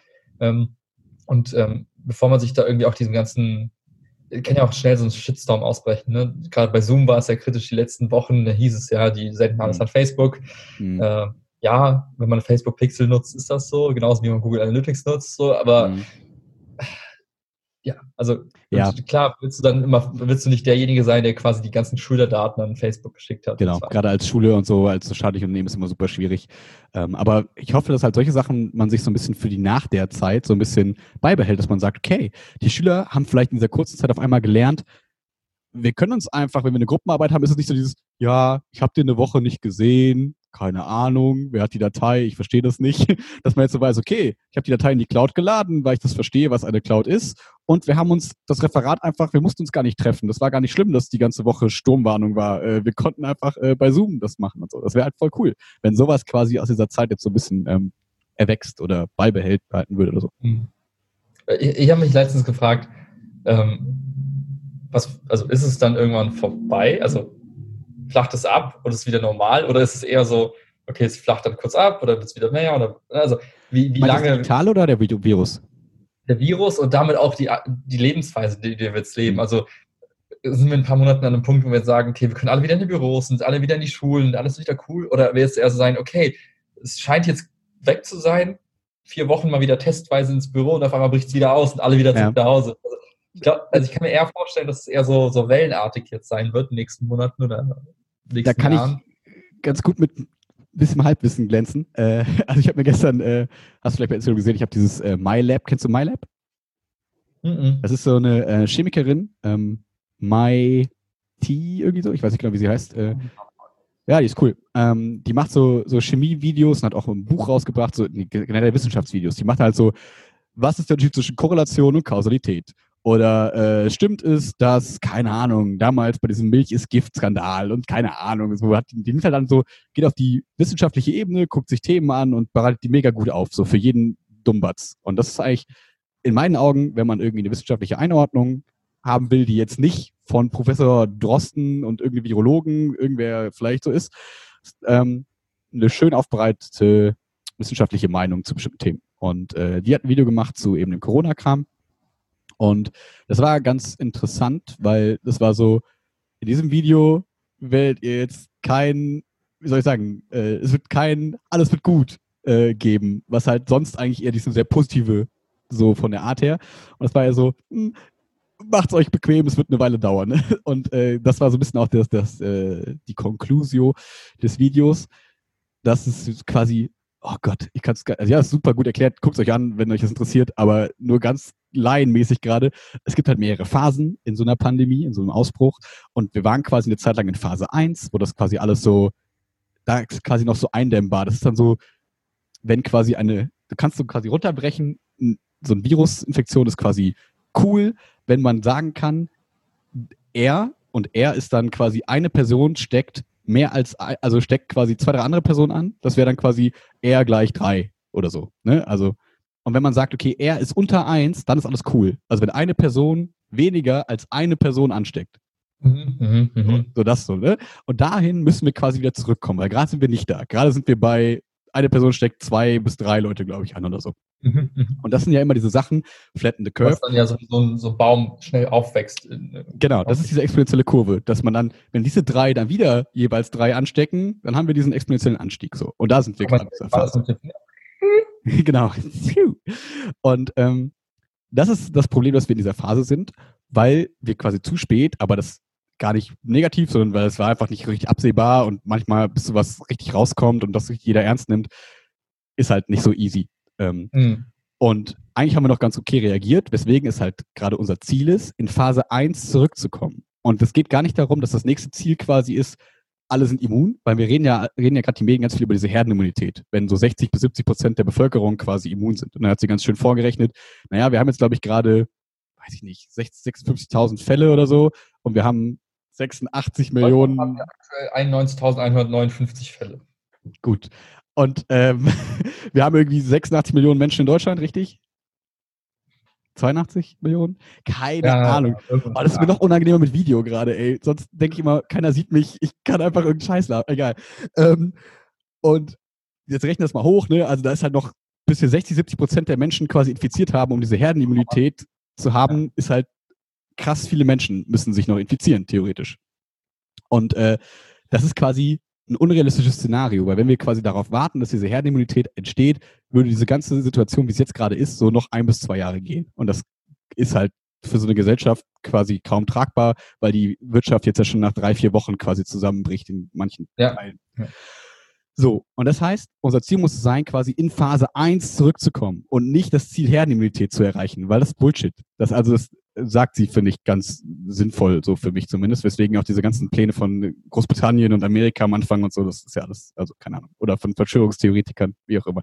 Bevor man sich da irgendwie auch diesem ganzen, kann ja auch schnell so ein Shitstorm ausbrechen. Ne? Gerade bei Zoom war es ja kritisch die letzten Wochen, da hieß es ja, die senden alles an Facebook. Ja, wenn man Facebook Pixel nutzt, ist das so, genauso wie man Google Analytics nutzt, so, aber ja, also klar, willst du nicht derjenige sein, der quasi die ganzen Schülerdaten an Facebook geschickt hat. Genau, gerade als Schule und so, als staatliches Unternehmen ist immer super schwierig. Aber ich hoffe, dass halt solche Sachen man sich so ein bisschen für die nach der Zeit so ein bisschen beibehält, dass man sagt, okay, die Schüler haben vielleicht in dieser kurzen Zeit auf einmal gelernt, wir können uns einfach, wenn wir eine Gruppenarbeit haben, ist es nicht so dieses, ja, ich habe den eine Woche nicht gesehen, keine Ahnung, wer hat die Datei, ich verstehe das nicht, dass man jetzt so weiß, okay, ich habe die Datei in die Cloud geladen, weil ich das verstehe, was eine Cloud ist und wir haben uns das Referat einfach, wir mussten uns gar nicht treffen, das war gar nicht schlimm, dass die ganze Woche Sturmwarnung war, wir konnten einfach bei Zoom das machen und so, das wäre halt voll cool, wenn sowas quasi aus dieser Zeit jetzt so ein bisschen erwächst oder behalten würde oder so. Ich habe mich letztens gefragt, also ist es dann irgendwann vorbei? Also flacht es ab und ist wieder normal? Oder ist es eher so, okay, es flacht dann kurz ab oder wird es wieder mehr? Oder, also wie lange... Das digital oder der Virus? Der Virus und damit auch die Lebensweise, die wir jetzt leben. Also sind wir in ein paar Monaten an einem Punkt, wo wir jetzt sagen, okay, wir können alle wieder in die Büros, sind alle wieder in die Schulen, alles wieder cool? Oder wird es eher so sein, okay, es scheint jetzt weg zu sein, 4 Wochen mal wieder testweise ins Büro und auf einmal bricht es wieder aus und alle wieder zurück nach Hause. Also ich kann mir eher vorstellen, dass es eher so wellenartig jetzt sein wird in den nächsten Monaten oder nächsten Jahren. Da kann ich ganz gut mit ein bisschen Halbwissen glänzen. Also ich habe mir gestern, hast du vielleicht bei Instagram gesehen, ich habe dieses MyLab, kennst du MyLab? Das ist so eine Chemikerin, MyT irgendwie so, ich weiß nicht genau, wie sie heißt. Ja, die ist cool. Die macht so Chemie-Videos und hat auch ein Buch rausgebracht, so generell Wissenschaftsvideos. Die macht halt so, was ist der Unterschied zwischen Korrelation und Kausalität? Oder stimmt es, dass, keine Ahnung, damals bei diesem Milch-ist-Gift-Skandal und keine Ahnung, so die nimmt halt dann so, geht auf die wissenschaftliche Ebene, guckt sich Themen an und bereitet die mega gut auf, so für jeden Dummbatz. Und das ist eigentlich in meinen Augen, wenn man irgendwie eine wissenschaftliche Einordnung haben will, die jetzt nicht von Professor Drosten und irgendwie Virologen, irgendwer vielleicht so ist, eine schön aufbereitete wissenschaftliche Meinung zu bestimmten Themen. Und die hat ein Video gemacht zu eben dem Corona-Kram. Und das war ganz interessant, weil das war so, in diesem Video werdet ihr jetzt kein, wie soll ich sagen, es wird kein, alles wird gut geben, was halt sonst eigentlich eher diese sehr positive, so von der Art her. Und das war ja so, macht's euch bequem, es wird eine Weile dauern. Und das war so ein bisschen auch die Conclusio des Videos, dass es quasi, oh Gott, ich kann es, also ja, ist super gut erklärt, guckt es euch an, wenn euch das interessiert, aber nur ganz laienmäßig gerade. Es gibt halt mehrere Phasen in so einer Pandemie, in so einem Ausbruch und wir waren quasi eine Zeit lang in Phase 1, wo das quasi alles so, da ist quasi noch so eindämmbar. Das ist dann so, wenn quasi du kannst so quasi runterbrechen, so eine Virusinfektion ist quasi cool, wenn man sagen kann, er ist dann quasi eine Person steckt steckt quasi 2, 3 andere Personen an, das wäre dann quasi er gleich 3 oder so, ne? Also, und wenn man sagt, okay, er ist unter 1, dann ist alles cool. Also wenn eine Person weniger als eine Person ansteckt. So das so, ne? Und dahin müssen wir quasi wieder zurückkommen, weil gerade sind wir nicht da. Gerade sind wir bei, eine Person steckt 2 bis 3 Leute, glaube ich, an oder so. Und das sind ja immer diese Sachen, flatten the curve. Was dann ja so ein Baum schnell aufwächst. Genau, das ist diese exponentielle Kurve, dass man dann, wenn diese 3 dann wieder jeweils 3 anstecken, dann haben wir diesen exponentiellen Anstieg so. Und da sind wir gerade in dieser Phase. Genau. Und das ist das Problem, dass wir in dieser Phase sind, weil wir quasi zu spät, aber das gar nicht negativ, sondern weil es war einfach nicht richtig absehbar und manchmal, bis sowas richtig rauskommt und das jeder ernst nimmt, ist halt nicht so easy. Und Und eigentlich haben wir noch ganz okay reagiert, weswegen es halt gerade unser Ziel ist, in Phase 1 zurückzukommen. Und es geht gar nicht darum, dass das nächste Ziel quasi ist, alle sind immun, weil wir reden ja gerade die Medien ganz viel über diese Herdenimmunität, wenn so 60-70% der Bevölkerung quasi immun sind. Und dann hat sie ganz schön vorgerechnet, naja, wir haben jetzt, glaube ich, gerade, weiß ich nicht, 56.000 Fälle oder so und wir haben 86 Millionen. Haben wir aktuell 91.159 Fälle. Gut. Und wir haben irgendwie 86 Millionen Menschen in Deutschland, richtig? 82 Millionen? Keine Ahnung. Oh, das ist mir noch unangenehmer mit Video gerade, ey. Sonst denke ich immer, keiner sieht mich. Ich kann einfach irgendeinen Scheiß labern. Egal. Und jetzt rechnen wir das mal hoch, ne? Also da ist halt noch, bis wir 60-70% der Menschen quasi infiziert haben, um diese Herdenimmunität zu haben, ist halt krass viele Menschen müssen sich noch infizieren, theoretisch. Und das ist quasi ein unrealistisches Szenario, weil wenn wir quasi darauf warten, dass diese Herdenimmunität entsteht, würde diese ganze Situation, wie es jetzt gerade ist, so noch 1 bis 2 Jahre gehen. Und das ist halt für so eine Gesellschaft quasi kaum tragbar, weil die Wirtschaft jetzt ja schon nach 3-4 Wochen quasi zusammenbricht in manchen Teilen. Ja. So, und das heißt, unser Ziel muss es sein, quasi in Phase 1 zurückzukommen und nicht das Ziel Herdenimmunität zu erreichen, weil das ist Bullshit. Das sagt sie, finde ich, ganz sinnvoll, so für mich zumindest, weswegen auch diese ganzen Pläne von Großbritannien und Amerika am Anfang und so, das ist ja alles, also keine Ahnung, oder von Verschwörungstheoretikern, wie auch immer.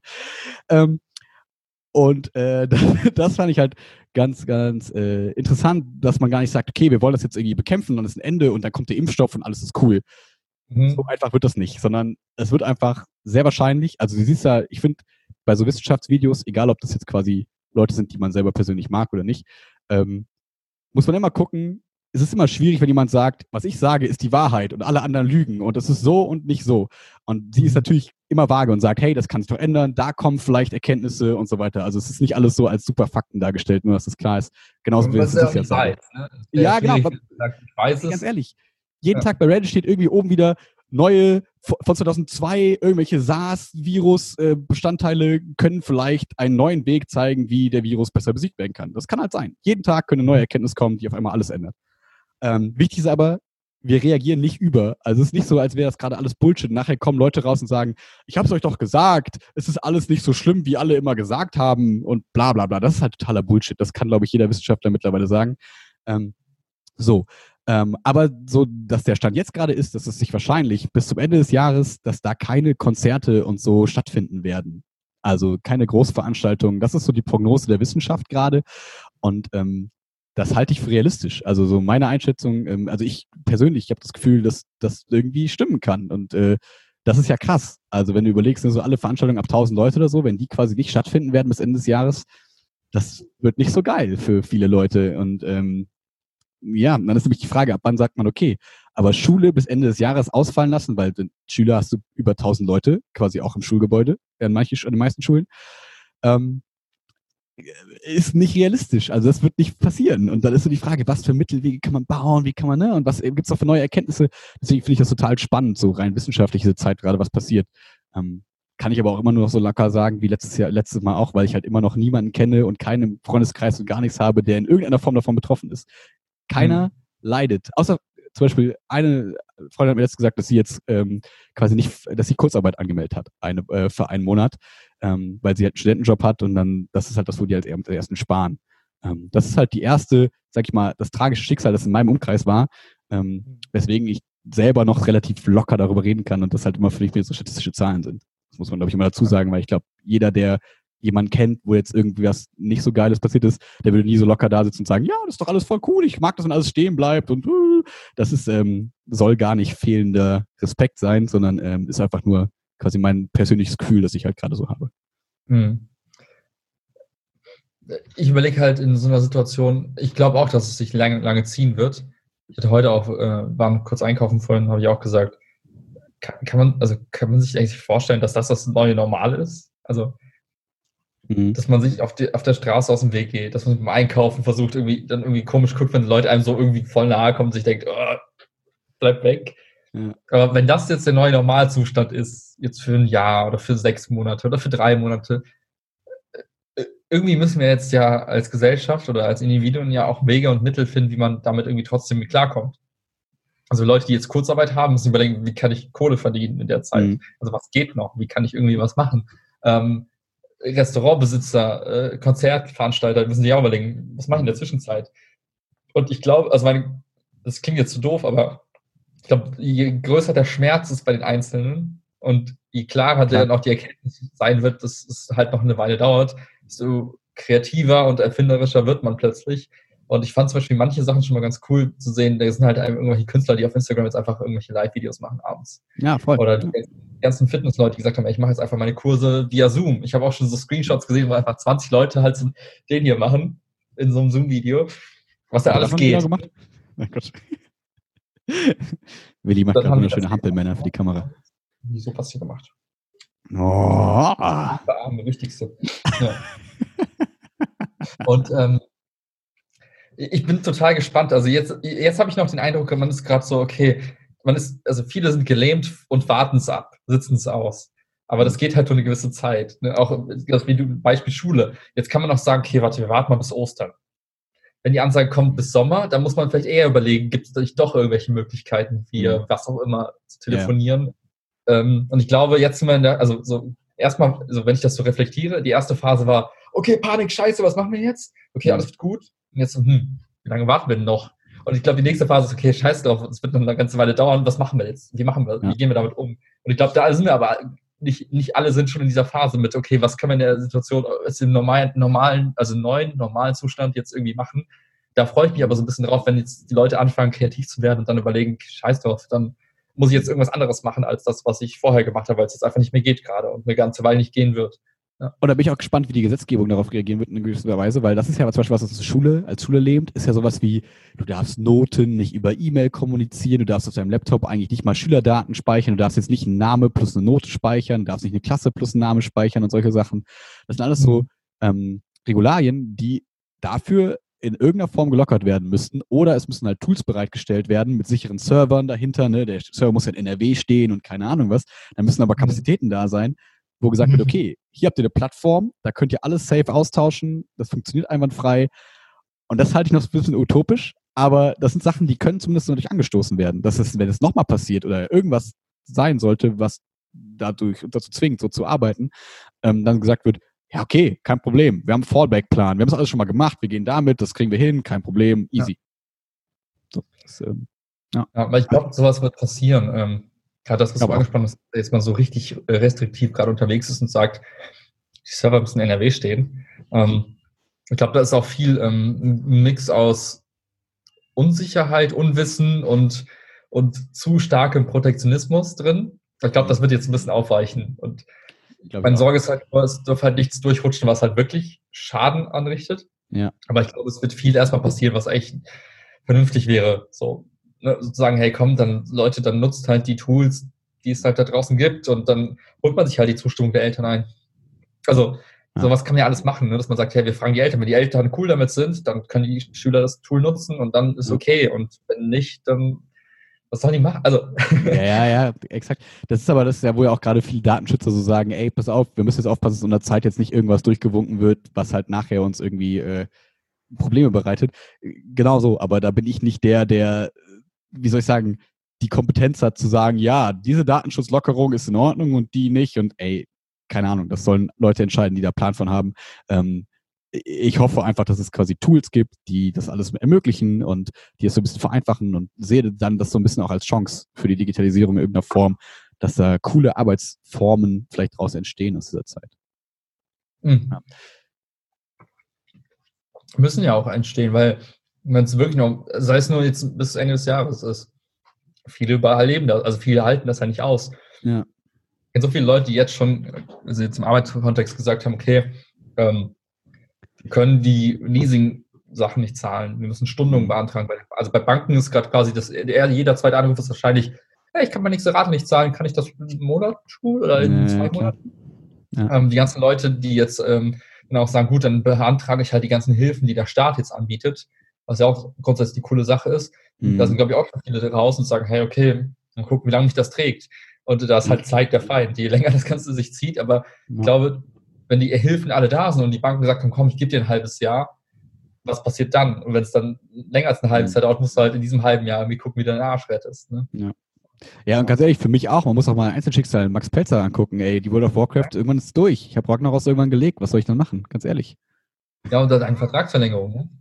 Das fand ich halt ganz, ganz interessant, dass man gar nicht sagt, okay, wir wollen das jetzt irgendwie bekämpfen, dann ist ein Ende und dann kommt der Impfstoff und alles ist cool. So einfach wird das nicht, sondern es wird einfach sehr wahrscheinlich, also du siehst ja, ich finde, bei so Wissenschaftsvideos, egal ob das jetzt quasi Leute sind, die man selber persönlich mag oder nicht, muss man immer gucken, es ist immer schwierig, wenn jemand sagt, was ich sage, ist die Wahrheit und alle anderen lügen und es ist so und nicht so. Und sie ist natürlich immer vage und sagt, hey, das kann sich doch ändern, da kommen vielleicht Erkenntnisse und so weiter. Also es ist nicht alles so als super Fakten dargestellt, nur dass das klar ist. Genauso wie es ist ja sagen. Ne? Ja, genau. Ich weiß es. Ganz ehrlich, jeden Tag bei Reddit steht irgendwie oben wieder neue, von 2002, irgendwelche SARS-Virus-Bestandteile können vielleicht einen neuen Weg zeigen, wie der Virus besser besiegt werden kann. Das kann halt sein. Jeden Tag können neue Erkenntnisse kommen, die auf einmal alles ändern. Wichtig ist aber, wir reagieren nicht über. Also es ist nicht so, als wäre das gerade alles Bullshit. Nachher kommen Leute raus und sagen, ich habe es euch doch gesagt, es ist alles nicht so schlimm, wie alle immer gesagt haben und bla bla bla. Das ist halt totaler Bullshit. Das kann, glaube ich, jeder Wissenschaftler mittlerweile sagen. Aber so, dass der Stand jetzt gerade ist, dass es sich wahrscheinlich bis zum Ende des Jahres, dass da keine Konzerte und so stattfinden werden. Also keine Großveranstaltungen. Das ist so die Prognose der Wissenschaft gerade. Und das halte ich für realistisch. Also so meine Einschätzung, also ich persönlich, ich habe das Gefühl, dass das irgendwie stimmen kann. Und das ist ja krass. Also wenn du überlegst, so alle Veranstaltungen ab 1000 Leute oder so, wenn die quasi nicht stattfinden werden bis Ende des Jahres, das wird nicht so geil für viele Leute. Und ja, dann ist nämlich die Frage, ab wann sagt man, okay, aber Schule bis Ende des Jahres ausfallen lassen, weil Schüler hast du über 1000 Leute, quasi auch im Schulgebäude, an den meisten Schulen, ist nicht realistisch. Also das wird nicht passieren. Und dann ist so die Frage, was für Mittelwege kann man bauen, wie kann man, ne? Und was gibt es auch für neue Erkenntnisse? Deswegen finde ich das total spannend, so rein wissenschaftlich diese Zeit gerade, was passiert. Kann ich aber auch immer nur noch so locker sagen, wie letztes Mal auch, weil ich halt immer noch niemanden kenne und keinen im Freundeskreis und gar nichts habe, der in irgendeiner Form davon betroffen ist. Keiner leidet. Außer zum Beispiel eine Freundin hat mir jetzt gesagt, dass sie jetzt quasi nicht, dass sie Kurzarbeit angemeldet hat, für einen Monat, weil sie halt einen Studentenjob hat und dann, das ist halt das, wo die halt am ersten sparen. Das ist halt die erste, sag ich mal, das tragische Schicksal, das in meinem Umkreis war, weswegen ich selber noch relativ locker darüber reden kann und das halt immer für mich so statistische Zahlen sind. Das muss man, glaube ich, immer dazu sagen, weil ich glaube, jeder, der jemanden kennt, wo jetzt irgendwie was nicht so Geiles passiert ist, der würde nie so locker da sitzen und sagen, ja, das ist doch alles voll cool, ich mag das, wenn alles stehen bleibt und das ist, soll gar nicht fehlender Respekt sein, sondern ist einfach nur quasi mein persönliches Gefühl, das ich halt gerade so habe. Ich überlege halt in so einer Situation, ich glaube auch, dass es sich lange ziehen wird. Ich hatte heute auch, waren kurz einkaufen vorhin, habe ich auch gesagt, kann man sich eigentlich vorstellen, dass das neue Normal ist? Also dass man sich auf der Straße aus dem Weg geht, dass man beim Einkaufen versucht, irgendwie komisch guckt, wenn Leute einem so irgendwie voll nahe kommen und sich denkt, oh, bleib weg. Ja. Aber wenn das jetzt der neue Normalzustand ist, jetzt für ein Jahr oder für 6 Monate oder für 3 Monate, irgendwie müssen wir jetzt ja als Gesellschaft oder als Individuen ja auch Wege und Mittel finden, wie man damit irgendwie trotzdem klarkommt. Also Leute, die jetzt Kurzarbeit haben, müssen überlegen, wie kann ich Kohle verdienen in der Zeit? Also was geht noch? Wie kann ich irgendwie was machen? Restaurantbesitzer, Konzertveranstalter müssen sich auch überlegen, was mache ich in der Zwischenzeit? Und ich glaube, also das klingt jetzt zu doof, aber ich glaube, je größer der Schmerz ist bei den Einzelnen und je klarer dann auch die Erkenntnis sein wird, dass es halt noch eine Weile dauert, desto kreativer und erfinderischer wird man plötzlich. Und ich fand zum Beispiel manche Sachen schon mal ganz cool zu sehen. Da sind halt irgendwelche Künstler, die auf Instagram jetzt einfach irgendwelche Live-Videos machen abends. Ja, voll. Oder die ganzen Fitnessleute, die gesagt haben, ey, ich mache jetzt einfach meine Kurse via Zoom. Ich habe auch schon so Screenshots gesehen, wo einfach 20 Leute halt so den hier machen in so einem Zoom-Video. Was da alles geht. Gemacht? Oh Gott. Willi macht gerade wunderschöne Hampelmänner für die Kamera. Wieso was hier gemacht? Oh. Der Wichtigste. Ja. Und ich bin total gespannt. Also jetzt habe ich noch den Eindruck, man ist gerade so, okay, also viele sind gelähmt und warten es ab, sitzen es aus. Aber das geht halt für eine gewisse Zeit. Ne? Auch wie du Beispiel Schule. Jetzt kann man auch sagen, okay, warte, wir warten mal bis Ostern. Wenn die Ansage kommt bis Sommer, dann muss man vielleicht eher überlegen, gibt es nicht doch irgendwelche Möglichkeiten, was auch immer, zu telefonieren. Und ich glaube, jetzt sind wir erstmal, wenn ich das so reflektiere, die erste Phase war, okay, Panik, scheiße, was machen wir jetzt? Okay, alles wird gut. Und jetzt so, wie lange warten wir denn noch? Und ich glaube, die nächste Phase ist, okay, scheiße drauf, es wird noch eine ganze Weile dauern, was machen wir jetzt? Wie gehen wir damit um? Und ich glaube, da sind wir aber nicht alle sind schon in dieser Phase mit, okay, was können wir in der Situation im neuen normalen Zustand jetzt irgendwie machen? Da freue ich mich aber so ein bisschen drauf, wenn jetzt die Leute anfangen, kreativ zu werden und dann überlegen, scheiß drauf, dann muss ich jetzt irgendwas anderes machen als das, was ich vorher gemacht habe, weil es jetzt einfach nicht mehr geht gerade und eine ganze Weile nicht gehen wird. Ja. Und da bin ich auch gespannt, wie die Gesetzgebung darauf reagieren wird in gewisser Weise, weil das ist ja zum Beispiel was als Schule lebt, ist ja sowas wie, du darfst Noten nicht über E-Mail kommunizieren, du darfst auf deinem Laptop eigentlich nicht mal Schülerdaten speichern, du darfst jetzt nicht einen Name plus eine Note speichern, du darfst nicht eine Klasse plus einen Namen speichern und solche Sachen. Das sind alles so Regularien, die dafür in irgendeiner Form gelockert werden müssten, oder es müssen halt Tools bereitgestellt werden mit sicheren Servern dahinter, ne? Der Server muss ja in NRW stehen und keine Ahnung was, da müssen aber Kapazitäten da sein, wo gesagt wird, okay, hier habt ihr eine Plattform, da könnt ihr alles safe austauschen, das funktioniert einwandfrei. Und das halte ich noch ein bisschen utopisch, aber das sind Sachen, die können zumindest noch nicht angestoßen werden. Das ist, wenn es nochmal passiert oder irgendwas sein sollte, was dazu zwingt, so zu arbeiten, dann gesagt wird, ja, okay, kein Problem, wir haben einen Fallback-Plan, wir haben das alles schon mal gemacht, wir gehen damit, das kriegen wir hin, kein Problem, easy. Ja. So, aber ich glaube, sowas wird passieren. Gerade das, was du angesprochen hast, jetzt mal so richtig restriktiv gerade unterwegs ist und sagt, die Server müssen in NRW stehen. Ich glaube, da ist auch viel ein Mix aus Unsicherheit, Unwissen und zu starkem Protektionismus drin. Ich glaube, das wird jetzt ein bisschen aufweichen. Und meine Sorge ist halt nur, es darf halt nichts durchrutschen, was halt wirklich Schaden anrichtet. Ja. Aber ich glaube, es wird viel erstmal passieren, was echt vernünftig wäre. So, sozusagen, hey, komm, dann Leute, dann nutzt halt die Tools, die es halt da draußen gibt, und dann holt man sich halt die Zustimmung der Eltern ein. Also, sowas kann man ja alles machen, ne? Dass man sagt, hey, wir fragen die Eltern, wenn die Eltern cool damit sind, dann können die Schüler das Tool nutzen und dann ist okay. Und wenn nicht, dann was sollen die machen? Also ja, exakt. Das ist ja, wo ja auch gerade viele Datenschützer so sagen, ey, pass auf, wir müssen jetzt aufpassen, dass in der Zeit jetzt nicht irgendwas durchgewunken wird, was halt nachher uns irgendwie Probleme bereitet. Genau so, aber da bin ich nicht der, wie soll ich sagen, die Kompetenz hat zu sagen, ja, diese Datenschutzlockerung ist in Ordnung und die nicht, und ey, keine Ahnung, das sollen Leute entscheiden, die da Plan von haben. Ich hoffe einfach, dass es quasi Tools gibt, die das alles ermöglichen und die es so ein bisschen vereinfachen, und sehe dann das so ein bisschen auch als Chance für die Digitalisierung in irgendeiner Form, dass da coole Arbeitsformen vielleicht daraus entstehen aus dieser Zeit. Ja. Müssen ja auch entstehen, weil wenn es wirklich noch, sei es nur jetzt bis Ende des Jahres ist, viele überleben das, also viele halten das ja nicht aus. Ja. Ich kenne so viele Leute, die jetzt schon, also jetzt im Arbeitskontext gesagt haben, okay, wir können die Leasing-Sachen nicht zahlen. Wir müssen Stundungen beantragen. Also bei Banken ist gerade quasi jeder zweite Anruf ist wahrscheinlich, hey, ich kann meine nächste Rate nicht zahlen, kann ich das in einem Monat tun oder in 2 Monaten? Ja. Die ganzen Leute, die jetzt dann auch sagen, gut, dann beantrage ich halt die ganzen Hilfen, die der Staat jetzt anbietet, was ja auch grundsätzlich die coole Sache ist. Da sind, glaube ich, auch schon viele raus und sagen, hey, okay, dann gucken, wie lange mich das trägt. Und da ist halt Zeit der Feind, je länger das Ganze sich zieht. Aber ich glaube, wenn die Hilfen alle da sind und die Banken gesagt haben, komm, ich gebe dir ein halbes Jahr, was passiert dann? Und wenn es dann länger als ein halbes Jahr dauert, musst du halt in diesem halben Jahr irgendwie gucken, wie dein Arsch rettest. Ne? Ja. Ja, und ganz ehrlich, für mich auch, man muss auch mal Einzelschicksal Max Pelzer angucken, ey, die World of Warcraft, irgendwann ist es durch. Ich habe Ragnaros irgendwann gelegt, was soll ich dann machen? Ganz ehrlich. Ja, und dann eine Vertragsverlängerung, ne?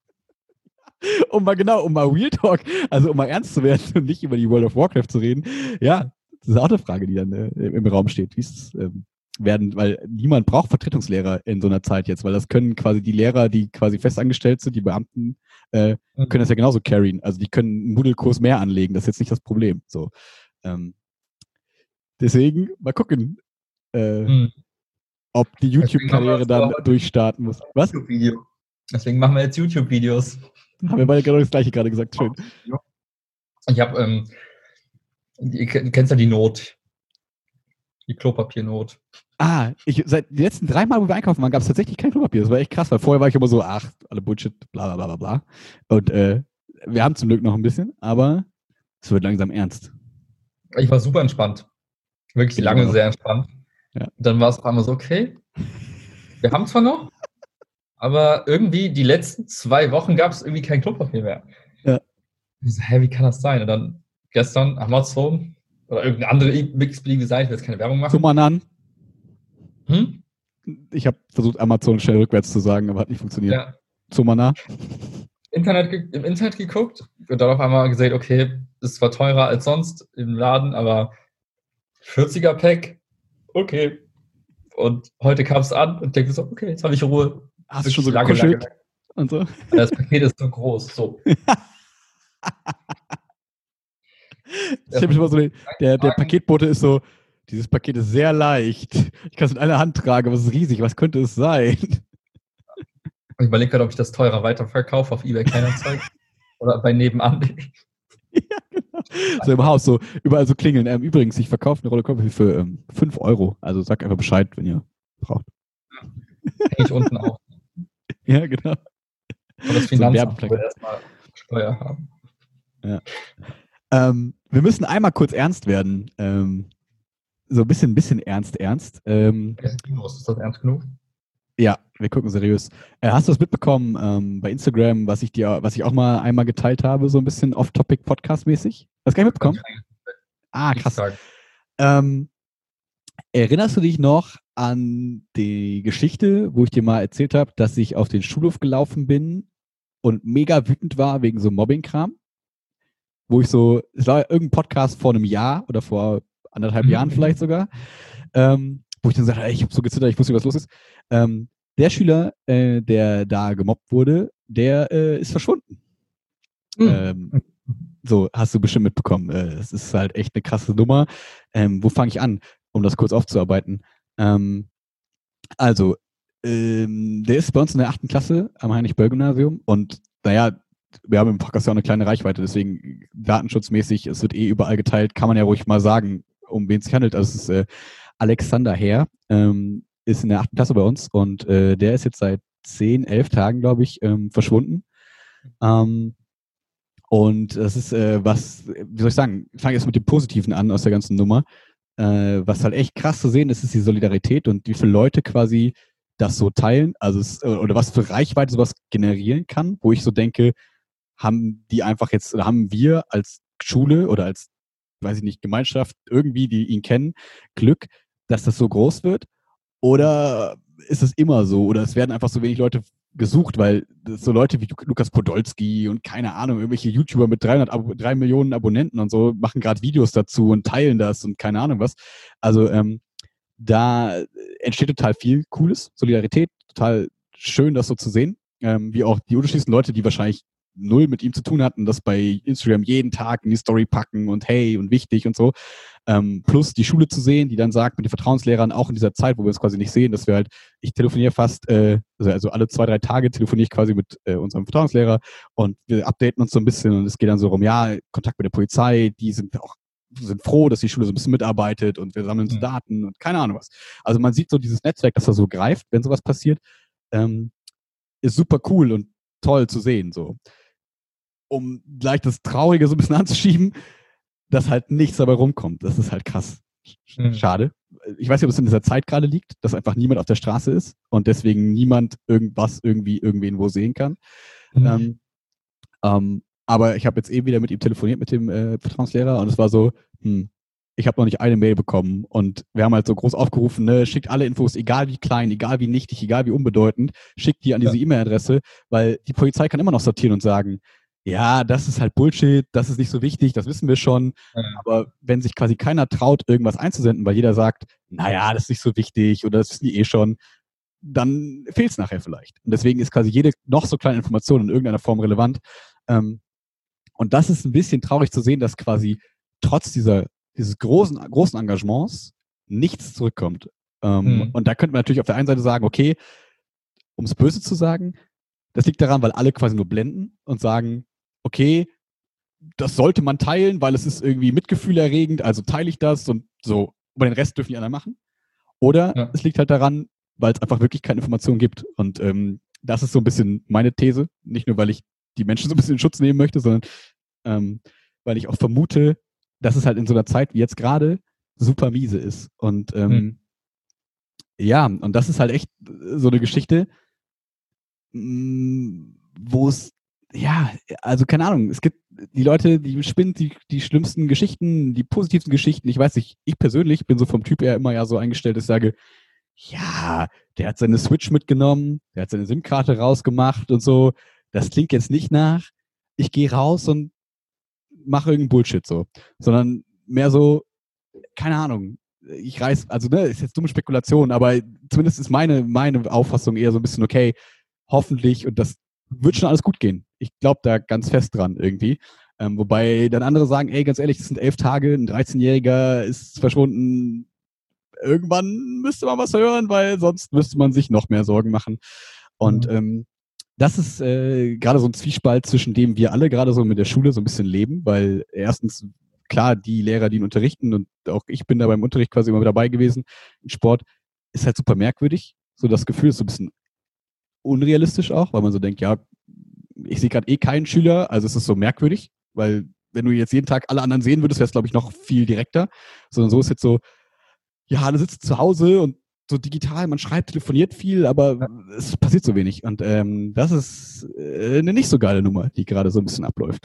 Um mal Real Talk, also um mal ernst zu werden und nicht über die World of Warcraft zu reden. Ja, das ist auch eine Frage, die dann im Raum steht. Wie ist es werden, weil niemand braucht Vertretungslehrer in so einer Zeit jetzt, weil das können quasi die Lehrer, die quasi festangestellt sind, die Beamten, können das ja genauso carryen. Also die können einen Moodle-Kurs mehr anlegen, das ist jetzt nicht das Problem. So. Ähm, deswegen, mal gucken, Hm. ob die Deswegen machen wir YouTube-Karriere jetzt dann heute durchstarten muss. Was? YouTube-Video. Deswegen machen wir jetzt YouTube-Videos. Haben wir beide genau das gleiche gerade gesagt. Schön. Ich habe, du kennst ja die Not. Die Klopapiernot. Seit den letzten 3 Mal, wo wir einkaufen waren, gab es tatsächlich kein Klopapier. Das war echt krass, weil vorher war ich immer so, ach, alle Bullshit, bla bla bla bla. Und wir haben zum Glück noch ein bisschen, aber es wird langsam ernst. Ich war super entspannt. Wirklich Bin lange sehr entspannt. Ja. Dann war es auf einmal so, okay, wir haben zwar noch, aber irgendwie die letzten 2 Wochen gab es irgendwie kein Klopapier mehr. Ja. Ich so, hä, wie kann das sein? Und dann gestern Amazon oder irgendeine andere x-beliebige Seite, ich will jetzt keine Werbung machen. Zumanan. Hm? Ich habe versucht, Amazon schnell rückwärts zu sagen, aber hat nicht funktioniert. Ja. Zumana. Im Internet geguckt und dann auf einmal gesehen, okay, ist zwar teurer als sonst im Laden, aber 40er-Pack, okay. Und heute kam es an und denke so, okay, jetzt habe ich Ruhe. Hast du schon so gekuschelt und so? Das Paket ist so groß, so. Ich habe immer so, der Paketbote ist so, dieses Paket ist sehr leicht. Ich kann es mit einer Hand tragen, aber es ist riesig. Was könnte es sein? Ich überlege gerade, ob ich das teurer weiterverkaufe auf eBay Kleinanzeigen oder bei nebenan. Ja, genau. So im Haus, so überall so klingeln. Übrigens, ich verkaufe eine Rolle Klopapier für 5 Euro. Also sag einfach Bescheid, wenn ihr braucht. Hänge ich unten auf. Ja, genau. Und das Finanzamt wird erstmal Steuer haben. Ja. Wir müssen einmal kurz ernst werden. So ein bisschen ernst. Ist das ernst genug? Ja, wir gucken seriös. Hast du das mitbekommen bei Instagram, was ich auch mal einmal geteilt habe, so ein bisschen off-topic Podcast-mäßig? Hast du gar nicht mitbekommen? Krass. Erinnerst du dich noch an die Geschichte, wo ich dir mal erzählt habe, dass ich auf den Schulhof gelaufen bin und mega wütend war wegen so Mobbing-Kram? Es war irgendein Podcast vor einem Jahr oder vor 1,5 Jahren vielleicht sogar, wo ich dann gesagt habe, ich habe so gezittert, ich wusste, was los ist. Der Schüler, der da gemobbt wurde, der ist verschwunden. So, hast du bestimmt mitbekommen. Es ist halt echt eine krasse Nummer. Wo fange ich an, um das kurz aufzuarbeiten? Der ist bei uns in der 8. Klasse am Heinrich-Böll-Gymnasium und naja, wir haben im Podcast ja auch eine kleine Reichweite, deswegen datenschutzmäßig, es wird überall geteilt, kann man ja ruhig mal sagen, um wen es sich handelt. Also es ist Alexander Herr, ist in der 8. Klasse bei uns und der ist jetzt seit 10, 11 Tagen, glaube ich, verschwunden. Und das ist wie soll ich sagen, ich fange jetzt mit dem Positiven an aus der ganzen Nummer. Was halt echt krass zu sehen ist, ist die Solidarität und wie viele Leute quasi das so teilen, oder was für Reichweite sowas generieren kann, wo ich so denke, haben wir als Schule oder als, weiß ich nicht, Gemeinschaft irgendwie, die ihn kennen, Glück, dass das so groß wird? Oder ist es immer so? Oder es werden einfach so wenig Leute gesucht, weil so Leute wie Lukas Podolski und keine Ahnung, irgendwelche YouTuber mit 3 Millionen Abonnenten und so machen gerade Videos dazu und teilen das und keine Ahnung was. Also da entsteht total viel Cooles, Solidarität, total schön, das so zu sehen. Wie auch die unterschiedlichsten Leute, die wahrscheinlich null mit ihm zu tun hatten, das bei Instagram jeden Tag in die Story packen und hey und wichtig und so. Plus die Schule zu sehen, die dann sagt mit den Vertrauenslehrern, auch in dieser Zeit, wo wir uns quasi nicht sehen, dass wir halt, ich telefoniere fast, also alle 2, 3 Tage telefoniere ich quasi mit unserem Vertrauenslehrer und wir updaten uns so ein bisschen und es geht dann so rum, ja, Kontakt mit der Polizei, die sind froh, dass die Schule so ein bisschen mitarbeitet und wir sammeln so Daten und keine Ahnung was. Also man sieht so dieses Netzwerk, das da so greift, wenn sowas passiert, ist super cool und toll zu sehen, so. Um gleich das Traurige so ein bisschen anzuschieben, dass halt nichts dabei rumkommt. Das ist halt krass. Schade. Ich weiß nicht, ob es in dieser Zeit gerade liegt, dass einfach niemand auf der Straße ist und deswegen niemand irgendwas irgendwen wo sehen kann. Aber ich habe jetzt eben wieder mit ihm telefoniert, mit dem Vertrauenslehrer, und es war so, ich habe noch nicht eine Mail bekommen. Und wir haben halt so groß aufgerufen, ne, schickt alle Infos, egal wie klein, egal wie nichtig, egal wie unbedeutend, schickt die an diese E-Mail-Adresse, weil die Polizei kann immer noch sortieren und sagen, ja, das ist halt Bullshit, das ist nicht so wichtig, das wissen wir schon. Aber wenn sich quasi keiner traut, irgendwas einzusenden, weil jeder sagt, naja, das ist nicht so wichtig oder das wissen die eh schon, dann fehlt es nachher vielleicht. Und deswegen ist quasi jede noch so kleine Information in irgendeiner Form relevant. Und das ist ein bisschen traurig zu sehen, dass quasi trotz dieses großen Engagements nichts zurückkommt. Und da könnte man natürlich auf der einen Seite sagen, okay, um es böse zu sagen, das liegt daran, weil alle quasi nur blenden und sagen, okay, das sollte man teilen, weil es ist irgendwie mitgefühlerregend, also teile ich das und so, aber den Rest dürfen die anderen machen. Oder es liegt halt daran, weil es einfach wirklich keine Informationen gibt. Und das ist so ein bisschen meine These, nicht nur, weil ich die Menschen so ein bisschen in Schutz nehmen möchte, sondern weil ich auch vermute, dass es halt in so einer Zeit wie jetzt gerade super miese ist. Und ja, und das ist halt echt so eine Geschichte, wo es, ja, also keine Ahnung, es gibt die Leute, die spinnen die schlimmsten Geschichten, die positivsten Geschichten. Ich weiß nicht, ich persönlich bin so vom Typ her immer ja so eingestellt, dass ich sage, ja, der hat seine Switch mitgenommen, der hat seine SIM-Karte rausgemacht und so. Das klingt jetzt nicht nach, ich gehe raus und mache irgendeinen Bullshit so, sondern mehr so, keine Ahnung, ich reiß, also ne, ist jetzt dumme Spekulation, aber zumindest ist meine Auffassung eher so ein bisschen, okay, hoffentlich, und das wird schon alles gut gehen. Ich glaube da ganz fest dran irgendwie. Wobei dann andere sagen, ey, ganz ehrlich, das sind 11 Tage, ein 13-Jähriger ist verschwunden. Irgendwann müsste man was hören, weil sonst müsste man sich noch mehr Sorgen machen. Und das ist gerade so ein Zwiespalt, zwischen dem wir alle gerade so mit der Schule so ein bisschen leben, weil erstens, klar, die Lehrer, die ihn unterrichten, und auch ich bin da beim Unterricht quasi immer dabei gewesen, im Sport, ist halt super merkwürdig. So das Gefühl ist so ein bisschen unrealistisch auch, weil man so denkt, ja, ich sehe gerade eh keinen Schüler, also es ist so merkwürdig, weil wenn du jetzt jeden Tag alle anderen sehen würdest, wäre es, glaube ich, noch viel direkter. Sondern so ist jetzt so, ja, alle sitzen zu Hause und so digital, man schreibt, telefoniert viel, aber es passiert so wenig. Und das ist eine nicht so geile Nummer, die gerade so ein bisschen abläuft.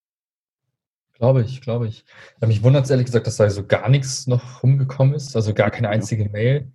Glaube ich. Ja, mich wundert es ehrlich gesagt, dass da so gar nichts noch rumgekommen ist, also gar keine einzige Mail.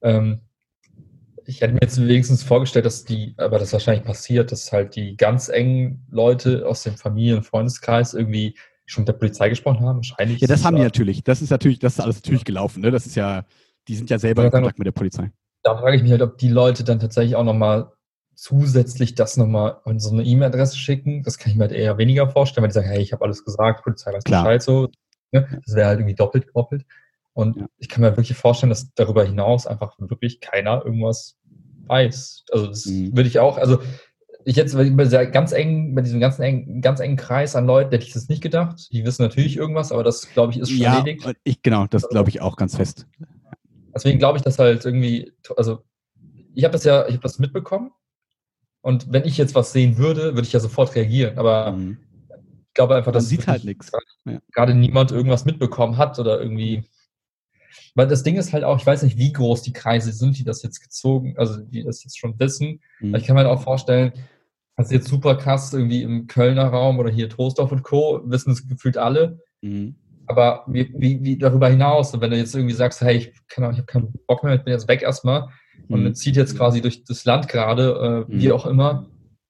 Ich hätte mir jetzt wenigstens vorgestellt, aber das wahrscheinlich passiert, dass halt die ganz engen Leute aus dem Familien- und Freundeskreis irgendwie schon mit der Polizei gesprochen haben. Wahrscheinlich. Ja, das haben die natürlich. Das ist alles natürlich gelaufen. Ne? Das ist ja, die sind ja selber in Kontakt mit der Polizei. Da frage ich mich halt, ob die Leute dann tatsächlich auch nochmal zusätzlich das nochmal an so eine E-Mail-Adresse schicken. Das kann ich mir halt eher weniger vorstellen, weil die sagen, hey, ich habe alles gesagt, Polizei weiß Bescheid, so. Ne? Das wäre halt irgendwie doppelt gemoppelt. Und ich kann mir wirklich vorstellen, dass darüber hinaus einfach wirklich keiner irgendwas weiß. Also das würde ich auch, also ich jetzt bei diesem ganz engen Kreis an Leuten, hätte ich das nicht gedacht. Die wissen natürlich irgendwas, aber das, glaube ich, ist schon erledigt. Genau, das glaube ich auch ganz fest. Deswegen glaube ich, dass halt irgendwie, also ich habe das mitbekommen, und wenn ich jetzt was sehen würde, würde ich ja sofort reagieren, aber ich glaube einfach, dass man sieht halt nichts. Gerade niemand irgendwas mitbekommen hat oder irgendwie, weil das Ding ist halt auch, ich weiß nicht, wie groß die Kreise sind, die das jetzt gezogen, also die das jetzt schon wissen. Ich kann mir halt auch vorstellen, das ist jetzt super krass, irgendwie im Kölner Raum oder hier Troisdorf und Co. wissen es gefühlt alle. Aber wie darüber hinaus, und wenn du jetzt irgendwie sagst, hey, ich habe keinen Bock mehr, ich bin jetzt weg erstmal, und zieht jetzt quasi durch das Land gerade, wie auch immer,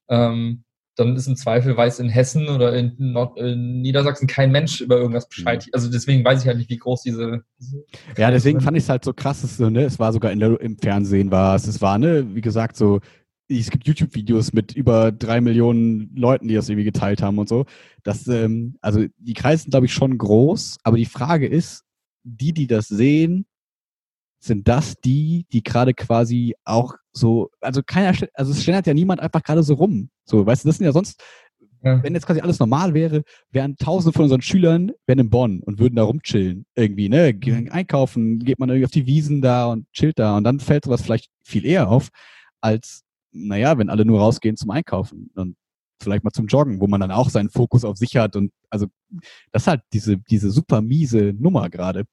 dann ist im Zweifel, weiß in Hessen oder in Niedersachsen kein Mensch über irgendwas Bescheid. Also deswegen weiß ich halt nicht, wie groß diese ja, deswegen fand ich es halt so krass, dass, ne, es war sogar im Fernsehen es war, ne, wie gesagt, so, es gibt YouTube-Videos mit über 3 Millionen Leuten, die das irgendwie geteilt haben und so. Das, also die Kreise sind, glaube ich, schon groß, aber die Frage ist, die das sehen, sind das die gerade quasi auch so, also es schlendert ja niemand einfach gerade so rum. So, weißt du, das sind ja sonst, wenn jetzt quasi alles normal wäre, wären Tausende von unseren Schülern in Bonn und würden da rumchillen irgendwie, ne? Gehen einkaufen, geht man irgendwie auf die Wiesen da und chillt da, und dann fällt sowas vielleicht viel eher auf, als, naja, wenn alle nur rausgehen zum Einkaufen und vielleicht mal zum Joggen, wo man dann auch seinen Fokus auf sich hat, und also das ist halt diese super miese Nummer gerade.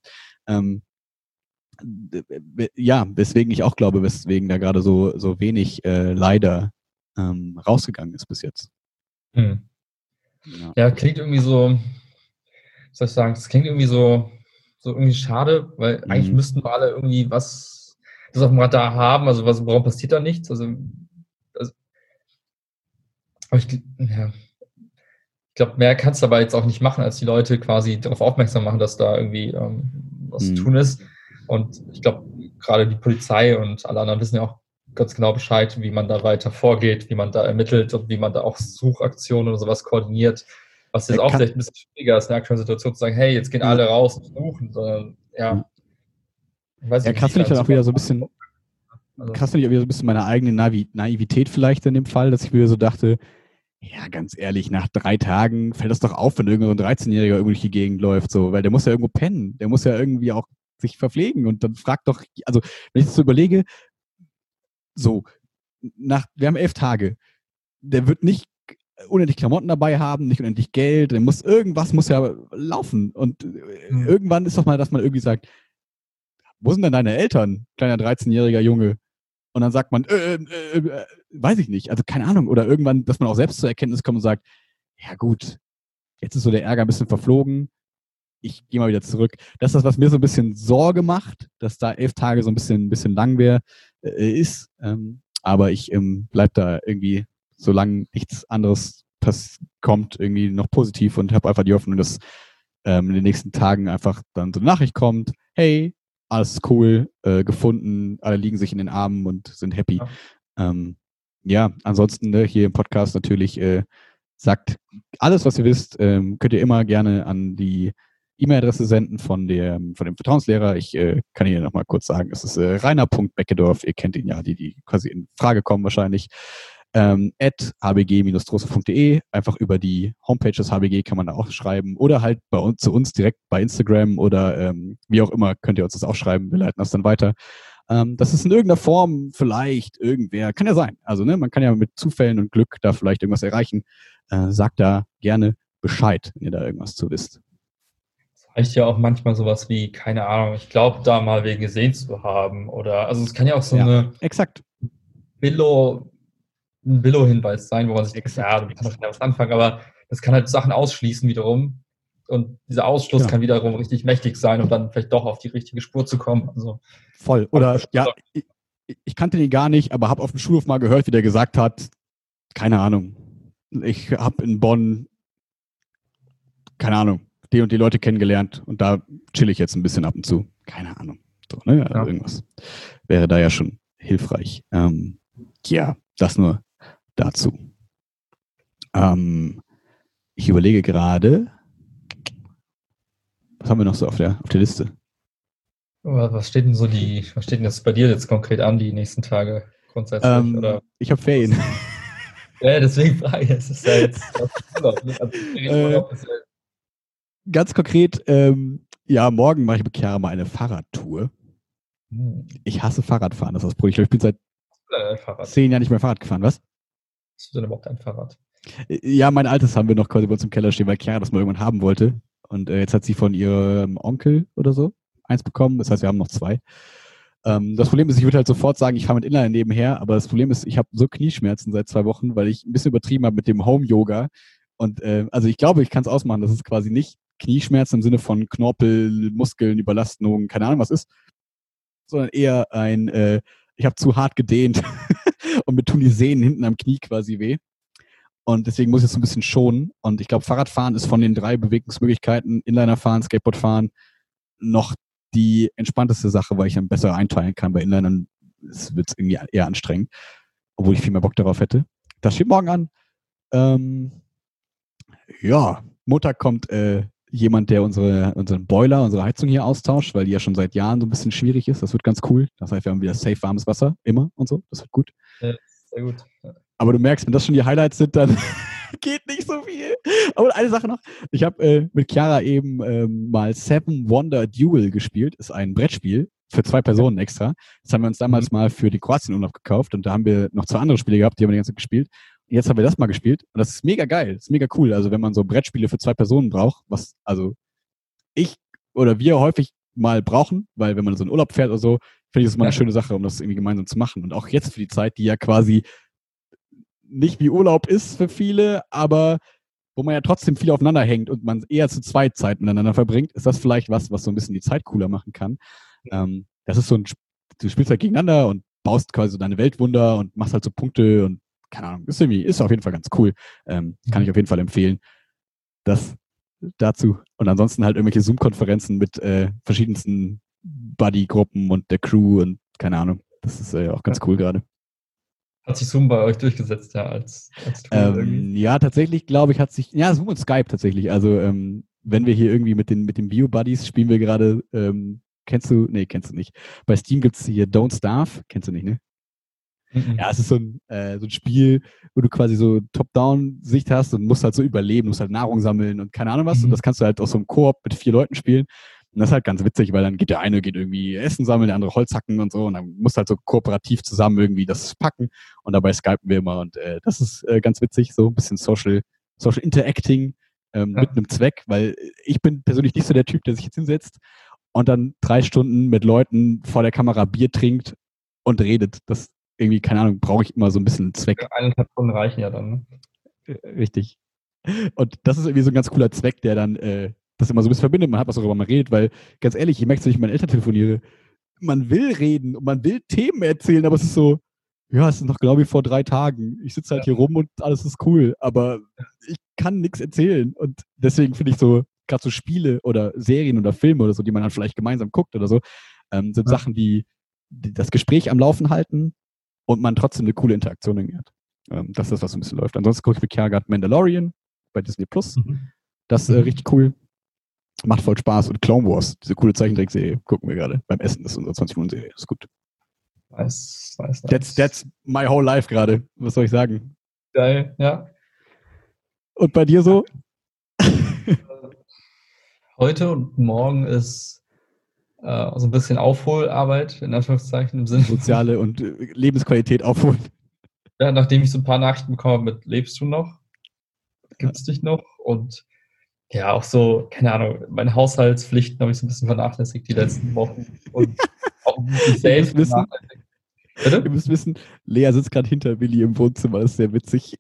Ja, weswegen ich auch glaube, weswegen da gerade so wenig leider rausgegangen ist bis jetzt. Ja. Ja, klingt irgendwie so, was soll ich sagen, es klingt irgendwie so irgendwie schade, weil eigentlich müssten wir alle irgendwie das auf dem Radar haben, also warum passiert da nichts? Also aber ja, ich glaube, mehr kannst du aber jetzt auch nicht machen, als die Leute quasi darauf aufmerksam machen, dass da irgendwie was zu tun ist. Und ich glaube, gerade die Polizei und alle anderen wissen ja auch ganz genau Bescheid, wie man da weiter vorgeht, wie man da ermittelt und wie man da auch Suchaktionen oder sowas koordiniert. Was jetzt auch vielleicht ein bisschen schwieriger ist, in der aktuellen Situation zu sagen, hey, jetzt gehen alle raus und suchen, sondern ja, ich weiß Ja, nicht, wie krass die finde ich dann dann auch super wieder so ein bisschen, also, krass finde ich auch wieder so ein bisschen meine eigene Naivität vielleicht in dem Fall, dass ich mir so dachte, ja, ganz ehrlich, nach 3 Tagen fällt das doch auf, wenn irgendwo so ein 13-Jähriger irgendwie durch die Gegend läuft, so, weil der muss ja irgendwo pennen, der muss ja irgendwie auch sich verpflegen und dann fragt doch, also wenn ich das so überlege, so, wir haben 11 Tage, der wird nicht unendlich Klamotten dabei haben, nicht unendlich Geld, irgendwas muss ja laufen und irgendwann ist doch mal, dass man irgendwie sagt, wo sind denn deine Eltern, kleiner 13-jähriger Junge? Und dann sagt man, weiß ich nicht, also keine Ahnung. Oder irgendwann, dass man auch selbst zur Erkenntnis kommt und sagt, ja gut, jetzt ist so der Ärger ein bisschen verflogen, ich gehe mal wieder zurück. Das ist das, was mir so ein bisschen Sorge macht, dass da 11 Tage so ein bisschen lang ist. Aber ich bleib da irgendwie, solange nichts anderes kommt, irgendwie noch positiv und habe einfach die Hoffnung, dass in den nächsten Tagen einfach dann so eine Nachricht kommt, hey, alles ist cool, gefunden, alle liegen sich in den Armen und sind happy. Ja, ansonsten hier im Podcast natürlich sagt alles, was ihr wisst, könnt ihr immer gerne an die E-Mail-Adresse senden von dem Vertrauenslehrer. Ich kann Ihnen noch mal kurz sagen, es ist Rainer.Beckedorf. Ihr kennt ihn ja, die quasi in Frage kommen wahrscheinlich. At hbg-troste.de. Einfach über die Homepage des HBG kann man da auch schreiben. Oder halt zu uns direkt bei Instagram oder wie auch immer könnt ihr uns das auch schreiben. Wir leiten das dann weiter. Das ist in irgendeiner Form vielleicht irgendwer, kann ja sein. Also ne, man kann ja mit Zufällen und Glück da vielleicht irgendwas erreichen. Sagt da gerne Bescheid, wenn ihr da irgendwas zu wisst. reicht ja auch manchmal sowas wie, keine Ahnung, ich glaube, da mal wen gesehen zu haben. Oder, also es kann ja auch so ein Billo-Hinweis sein, wo man sich denkt, ja, du kannst doch was anfangen, aber das kann halt Sachen ausschließen wiederum. Und dieser Ausschluss kann wiederum richtig mächtig sein, um dann vielleicht doch auf die richtige Spur zu kommen. Also, voll. Oder ja, ich kannte den gar nicht, aber habe auf dem Schulhof mal gehört, wie der gesagt hat, keine Ahnung, ich habe in Bonn, keine Ahnung, die und die Leute kennengelernt und da chill ich jetzt ein bisschen ab und zu. Keine Ahnung. So, ne? Also irgendwas wäre da ja schon hilfreich. Ja, das nur dazu. Ich überlege gerade, was haben wir noch so auf der Liste? Was steht denn jetzt bei dir jetzt konkret an, die nächsten Tage grundsätzlich? Oder? Ich habe Ferien. Ja, deswegen frage ich, es ist ja jetzt Urlaub, ne? Also Urlaub ist ja ganz konkret, ja, morgen mache ich mit Chiara mal eine Fahrradtour. Ich hasse Fahrradfahren, das ist das Problem. Ich bin seit 10 Jahren nicht mehr Fahrrad gefahren, was? Hast du denn überhaupt ein Fahrrad? Ja, mein altes haben wir noch quasi bei uns im Keller stehen, weil Chiara das mal irgendwann haben wollte. Und jetzt hat sie von ihrem Onkel oder so eins bekommen. Das heißt, wir haben noch 2. Das Problem ist, ich würde halt sofort sagen, ich fahre mit Inline nebenher, aber das Problem ist, ich habe so Knieschmerzen seit 2 Wochen, weil ich ein bisschen übertrieben habe mit dem Home-Yoga. Und also ich glaube, ich kann es ausmachen, das ist quasi nicht Knieschmerzen im Sinne von Knorpel, Muskeln, Überlastung, keine Ahnung was ist, sondern eher ich habe zu hart gedehnt und mir tun die Sehnen hinten am Knie quasi weh. Und deswegen muss ich es so ein bisschen schonen. Und ich glaube, Fahrradfahren ist von den 3 Bewegungsmöglichkeiten, Inlinerfahren, Skateboardfahren, noch die entspannteste Sache, weil ich dann besser einteilen kann. Bei Inlinern wird es irgendwie eher anstrengend, obwohl ich viel mehr Bock darauf hätte. Das steht morgen an. Ja, Montag kommt jemand, der unseren Boiler, unsere Heizung hier austauscht, weil die ja schon seit Jahren so ein bisschen schwierig ist. Das wird ganz cool. Das heißt, wir haben wieder safe warmes Wasser, immer und so. Das wird gut. Ja, sehr gut. Aber du merkst, wenn das schon die Highlights sind, dann geht nicht so viel. Aber eine Sache noch. Ich habe mit Chiara eben mal Seven Wonder Duel gespielt. Ist ein Brettspiel für 2 Personen extra. Das haben wir uns damals mal für die Kroatien-Urlaub gekauft und da haben wir noch 2 andere Spiele gehabt, die haben wir die ganze Zeit gespielt. Und jetzt haben wir das mal gespielt und das ist mega geil. Das ist mega cool. Also wenn man so Brettspiele für 2 Personen braucht, was also ich oder wir häufig mal brauchen, weil wenn man so in Urlaub fährt oder so, finde ich das immer eine schöne Sache, um das irgendwie gemeinsam zu machen. Und auch jetzt für die Zeit, die ja quasi nicht wie Urlaub ist für viele, aber wo man ja trotzdem viel aufeinander hängt und man eher zu zweit Zeit miteinander verbringt, ist das vielleicht was so ein bisschen die Zeit cooler machen kann. Das ist so du spielst halt gegeneinander und baust quasi so deine Weltwunder und machst halt so Punkte und keine Ahnung, ist auf jeden Fall ganz cool. Kann ich auf jeden Fall empfehlen. Das dazu. Und ansonsten halt irgendwelche Zoom-Konferenzen mit verschiedensten Buddy-Gruppen und der Crew und keine Ahnung. Das ist auch ganz cool gerade. Hat sich Zoom bei euch durchgesetzt, ja, als Tool irgendwie? Ja, tatsächlich, glaube ich, Zoom und Skype tatsächlich. Also, wenn wir hier irgendwie mit den Bio-Buddies spielen wir gerade, kennst du nicht. Bei Steam gibt es hier Don't Starve, kennst du nicht, ne? Ja, es ist so ein Spiel, wo du quasi so Top-Down-Sicht hast und musst halt so überleben, musst halt Nahrung sammeln und keine Ahnung was. Und das kannst du halt aus so einem Koop mit 4 Leuten spielen. Und das ist halt ganz witzig, weil dann der eine geht irgendwie Essen sammeln, der andere Holz hacken und so. Und dann musst du halt so kooperativ zusammen irgendwie das packen. Und dabei skypen wir immer. Und das ist ganz witzig, so ein bisschen Social Interacting mit einem Zweck. Weil ich bin persönlich nicht so der Typ, der sich jetzt hinsetzt und dann 3 Stunden mit Leuten vor der Kamera Bier trinkt und redet. Das irgendwie, keine Ahnung, brauche ich immer so ein bisschen einen Zweck. 1,5 Stunden reichen ja dann, ne? Richtig. Und das ist irgendwie so ein ganz cooler Zweck, der dann das immer so ein bisschen verbindet. Man hat was, worüber man redet, weil, ganz ehrlich, ich merke es, wenn ich mit meinen Eltern telefoniere, man will reden und man will Themen erzählen, aber es ist so, ja, es ist noch genau wie vor 3 Tagen. Ich sitze halt hier rum und alles ist cool, aber ich kann nichts erzählen. Und deswegen finde ich so, gerade so Spiele oder Serien oder Filme oder so, die man dann vielleicht gemeinsam guckt oder so, sind Sachen, die das Gespräch am Laufen halten und man trotzdem eine coole Interaktion irgendwie hat. Das ist das, was so ein bisschen läuft. Ansonsten gucke ich mit gerade Mandalorian bei Disney Plus. Das ist richtig cool. Macht voll Spaß. Und Clone Wars, diese coole Zeichentrickserie, gucken wir gerade beim Essen. Das ist unsere 20-Minuten-Serie. Ist gut. Nice. That's my whole life gerade. Was soll ich sagen? Geil, ja. Und bei dir so? Heute und morgen ist so ein bisschen Aufholarbeit, in Anführungszeichen, im Sinne soziale und Lebensqualität aufholen. Ja, nachdem ich so ein paar Nachrichten bekommen habe mit lebst du noch? Gibt es dich noch? Und ja, auch so, keine Ahnung, meine Haushaltspflichten habe ich so ein bisschen vernachlässigt die letzten Wochen. Und auch mich selbst vernachlässigt. Bitte? Ihr müsst wissen, Lea sitzt gerade hinter Willi im Wohnzimmer, das ist sehr witzig.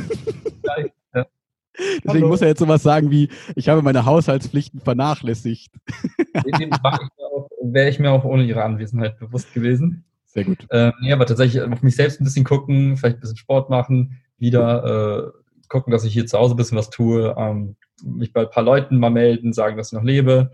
Ja. Deswegen muss er jetzt sowas sagen wie, ich habe meine Haushaltspflichten vernachlässigt. Wäre ich mir auch ohne ihre Anwesenheit bewusst gewesen. Sehr gut. Nee, aber tatsächlich auf mich selbst ein bisschen gucken, vielleicht ein bisschen Sport machen, wieder gucken, dass ich hier zu Hause ein bisschen was tue, mich bei ein paar Leuten mal melden, sagen, dass ich noch lebe.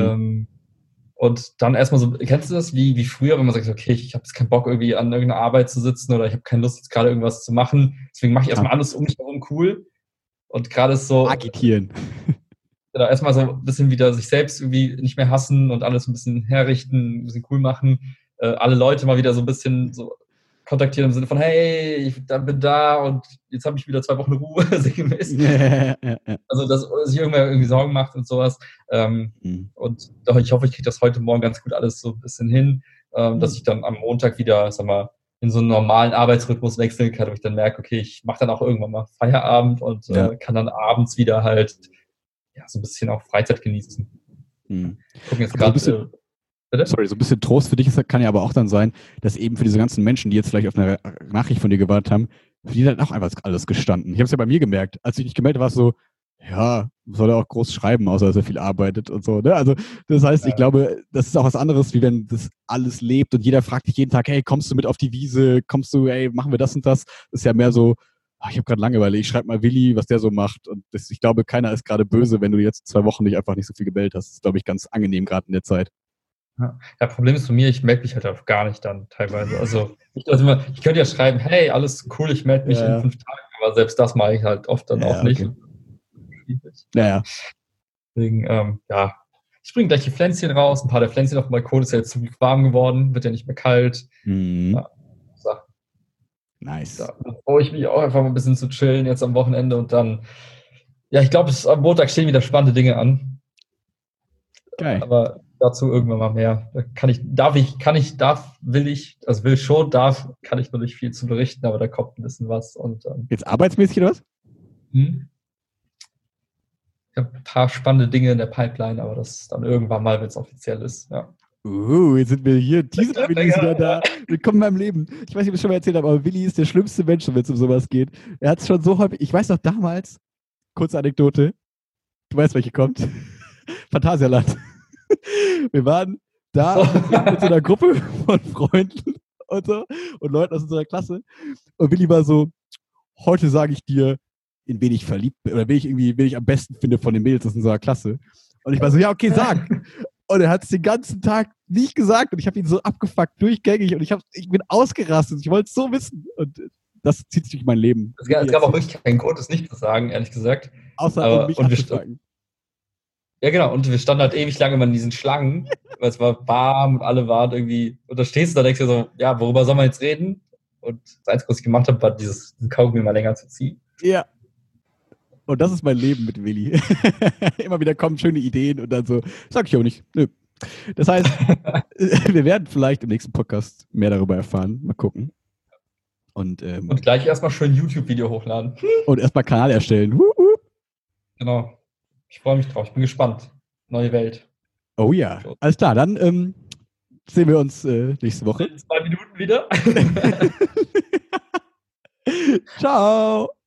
Und dann erstmal so, kennst du das, wie früher, wenn man sagt, okay, ich habe jetzt keinen Bock, irgendwie an irgendeiner Arbeit zu sitzen oder ich habe keine Lust, jetzt gerade irgendwas zu machen. Deswegen mache ich erstmal alles um mich herum cool. Und gerade ist so... Agitieren. Oder erstmal so ein bisschen wieder sich selbst irgendwie nicht mehr hassen und alles ein bisschen herrichten, ein bisschen cool machen. Alle Leute mal wieder so ein bisschen so kontaktieren im Sinne von, hey, ich bin da und jetzt habe ich wieder 2 Wochen Ruhe, sinngemäß. Ja. Also, dass sich irgendwer irgendwie Sorgen macht und sowas. Und doch, ich hoffe, ich kriege das heute Morgen ganz gut alles so ein bisschen hin, dass ich dann am Montag wieder, sag mal, in so einen normalen Arbeitsrhythmus wechseln kann, wo ich dann merke, okay, ich mache dann auch irgendwann mal Feierabend und kann dann abends wieder halt so ein bisschen auch Freizeit genießen. Gucken jetzt gerade... Sorry, so ein bisschen Trost für dich kann ja aber auch dann sein, dass eben für diese ganzen Menschen, die jetzt vielleicht auf eine Nachricht von dir gewartet haben, für die hat auch einfach alles gestanden. Ich habe es ja bei mir gemerkt. Als ich dich gemeldet war es so, ja, soll er auch groß schreiben, außer dass er viel arbeitet und so. Ne? Also das heißt, ich glaube, das ist auch was anderes, wie wenn das alles lebt und jeder fragt dich jeden Tag, hey, kommst du mit auf die Wiese? Kommst du, hey, machen wir das und das? Das ist ja mehr so, ich habe gerade Langeweile, ich schreibe mal Willi, was der so macht. Und ich glaube, keiner ist gerade böse, wenn du jetzt 2 Wochen einfach nicht so viel gemeldet hast. Das ist, glaube ich, ganz angenehm gerade in der Zeit. Ja, Problem ist für mich, ich melde mich halt auch gar nicht dann teilweise. Also ich könnte ja schreiben, hey, alles cool, ich melde mich in 5 Tagen, aber selbst das mache ich halt oft dann auch nicht. Ja. Deswegen, ich bringe gleich die Pflänzchen raus, ein paar der Pflänzchen auf dem Balkon, ist ja jetzt zum Glück warm geworden, wird ja nicht mehr kalt. Nice. Da freue ich mich auch einfach mal ein bisschen zu chillen jetzt am Wochenende und dann, ich glaube, am Montag stehen wieder spannende Dinge an. Geil. Aber dazu irgendwann mal mehr. Kann ich noch nicht viel zu berichten, aber da kommt ein bisschen was. Und, jetzt arbeitsmäßig oder was? Ich habe ein paar spannende Dinge in der Pipeline, aber das dann irgendwann mal, wenn es offiziell ist. Ja. Jetzt sind wir hier. Willi ist wieder da. Willkommen in meinem Leben. Ich weiß nicht, ob ich es schon mal erzählt habe, aber Willi ist der schlimmste Mensch, wenn es um sowas geht. Er hat es schon so häufig. Ich weiß noch damals, kurze Anekdote. Du weißt, welche kommt. Phantasialand. Wir waren da mit so einer Gruppe von Freunden und so und Leuten aus unserer Klasse. Und Willi war so, heute sage ich dir, in wen ich verliebt bin oder wen ich am besten finde von den Mädels aus unserer Klasse. Und ich war so, ja, okay, sag. Und er hat es den ganzen Tag nicht gesagt und ich habe ihn so abgefuckt, durchgängig und ich bin ausgerastet. Ich wollte es so wissen. Und das zieht sich durch mein Leben. Es gab auch wirklich keinen Grund, es nicht zu sagen, ehrlich gesagt. Außer um mich abzufucken. Ja, genau. Und wir standen halt ewig lange in diesen Schlangen, weil es war warm und alle waren irgendwie, und da stehst du da, denkst du so, ja, worüber soll man jetzt reden? Und das Einzige, was ich gemacht habe, war diesen Kaugummi mal länger zu ziehen. Ja. Und das ist mein Leben mit Willi. Immer wieder kommen schöne Ideen und dann so, sag ich auch nicht. Nö. Das heißt, wir werden vielleicht im nächsten Podcast mehr darüber erfahren. Mal gucken. Und gleich erstmal schön ein YouTube-Video hochladen. Und erstmal Kanal erstellen. Genau. Ich freue mich drauf. Ich bin gespannt. Neue Welt. Oh ja. Alles klar, dann sehen wir uns nächste Woche. In 2 Minuten wieder. Ciao.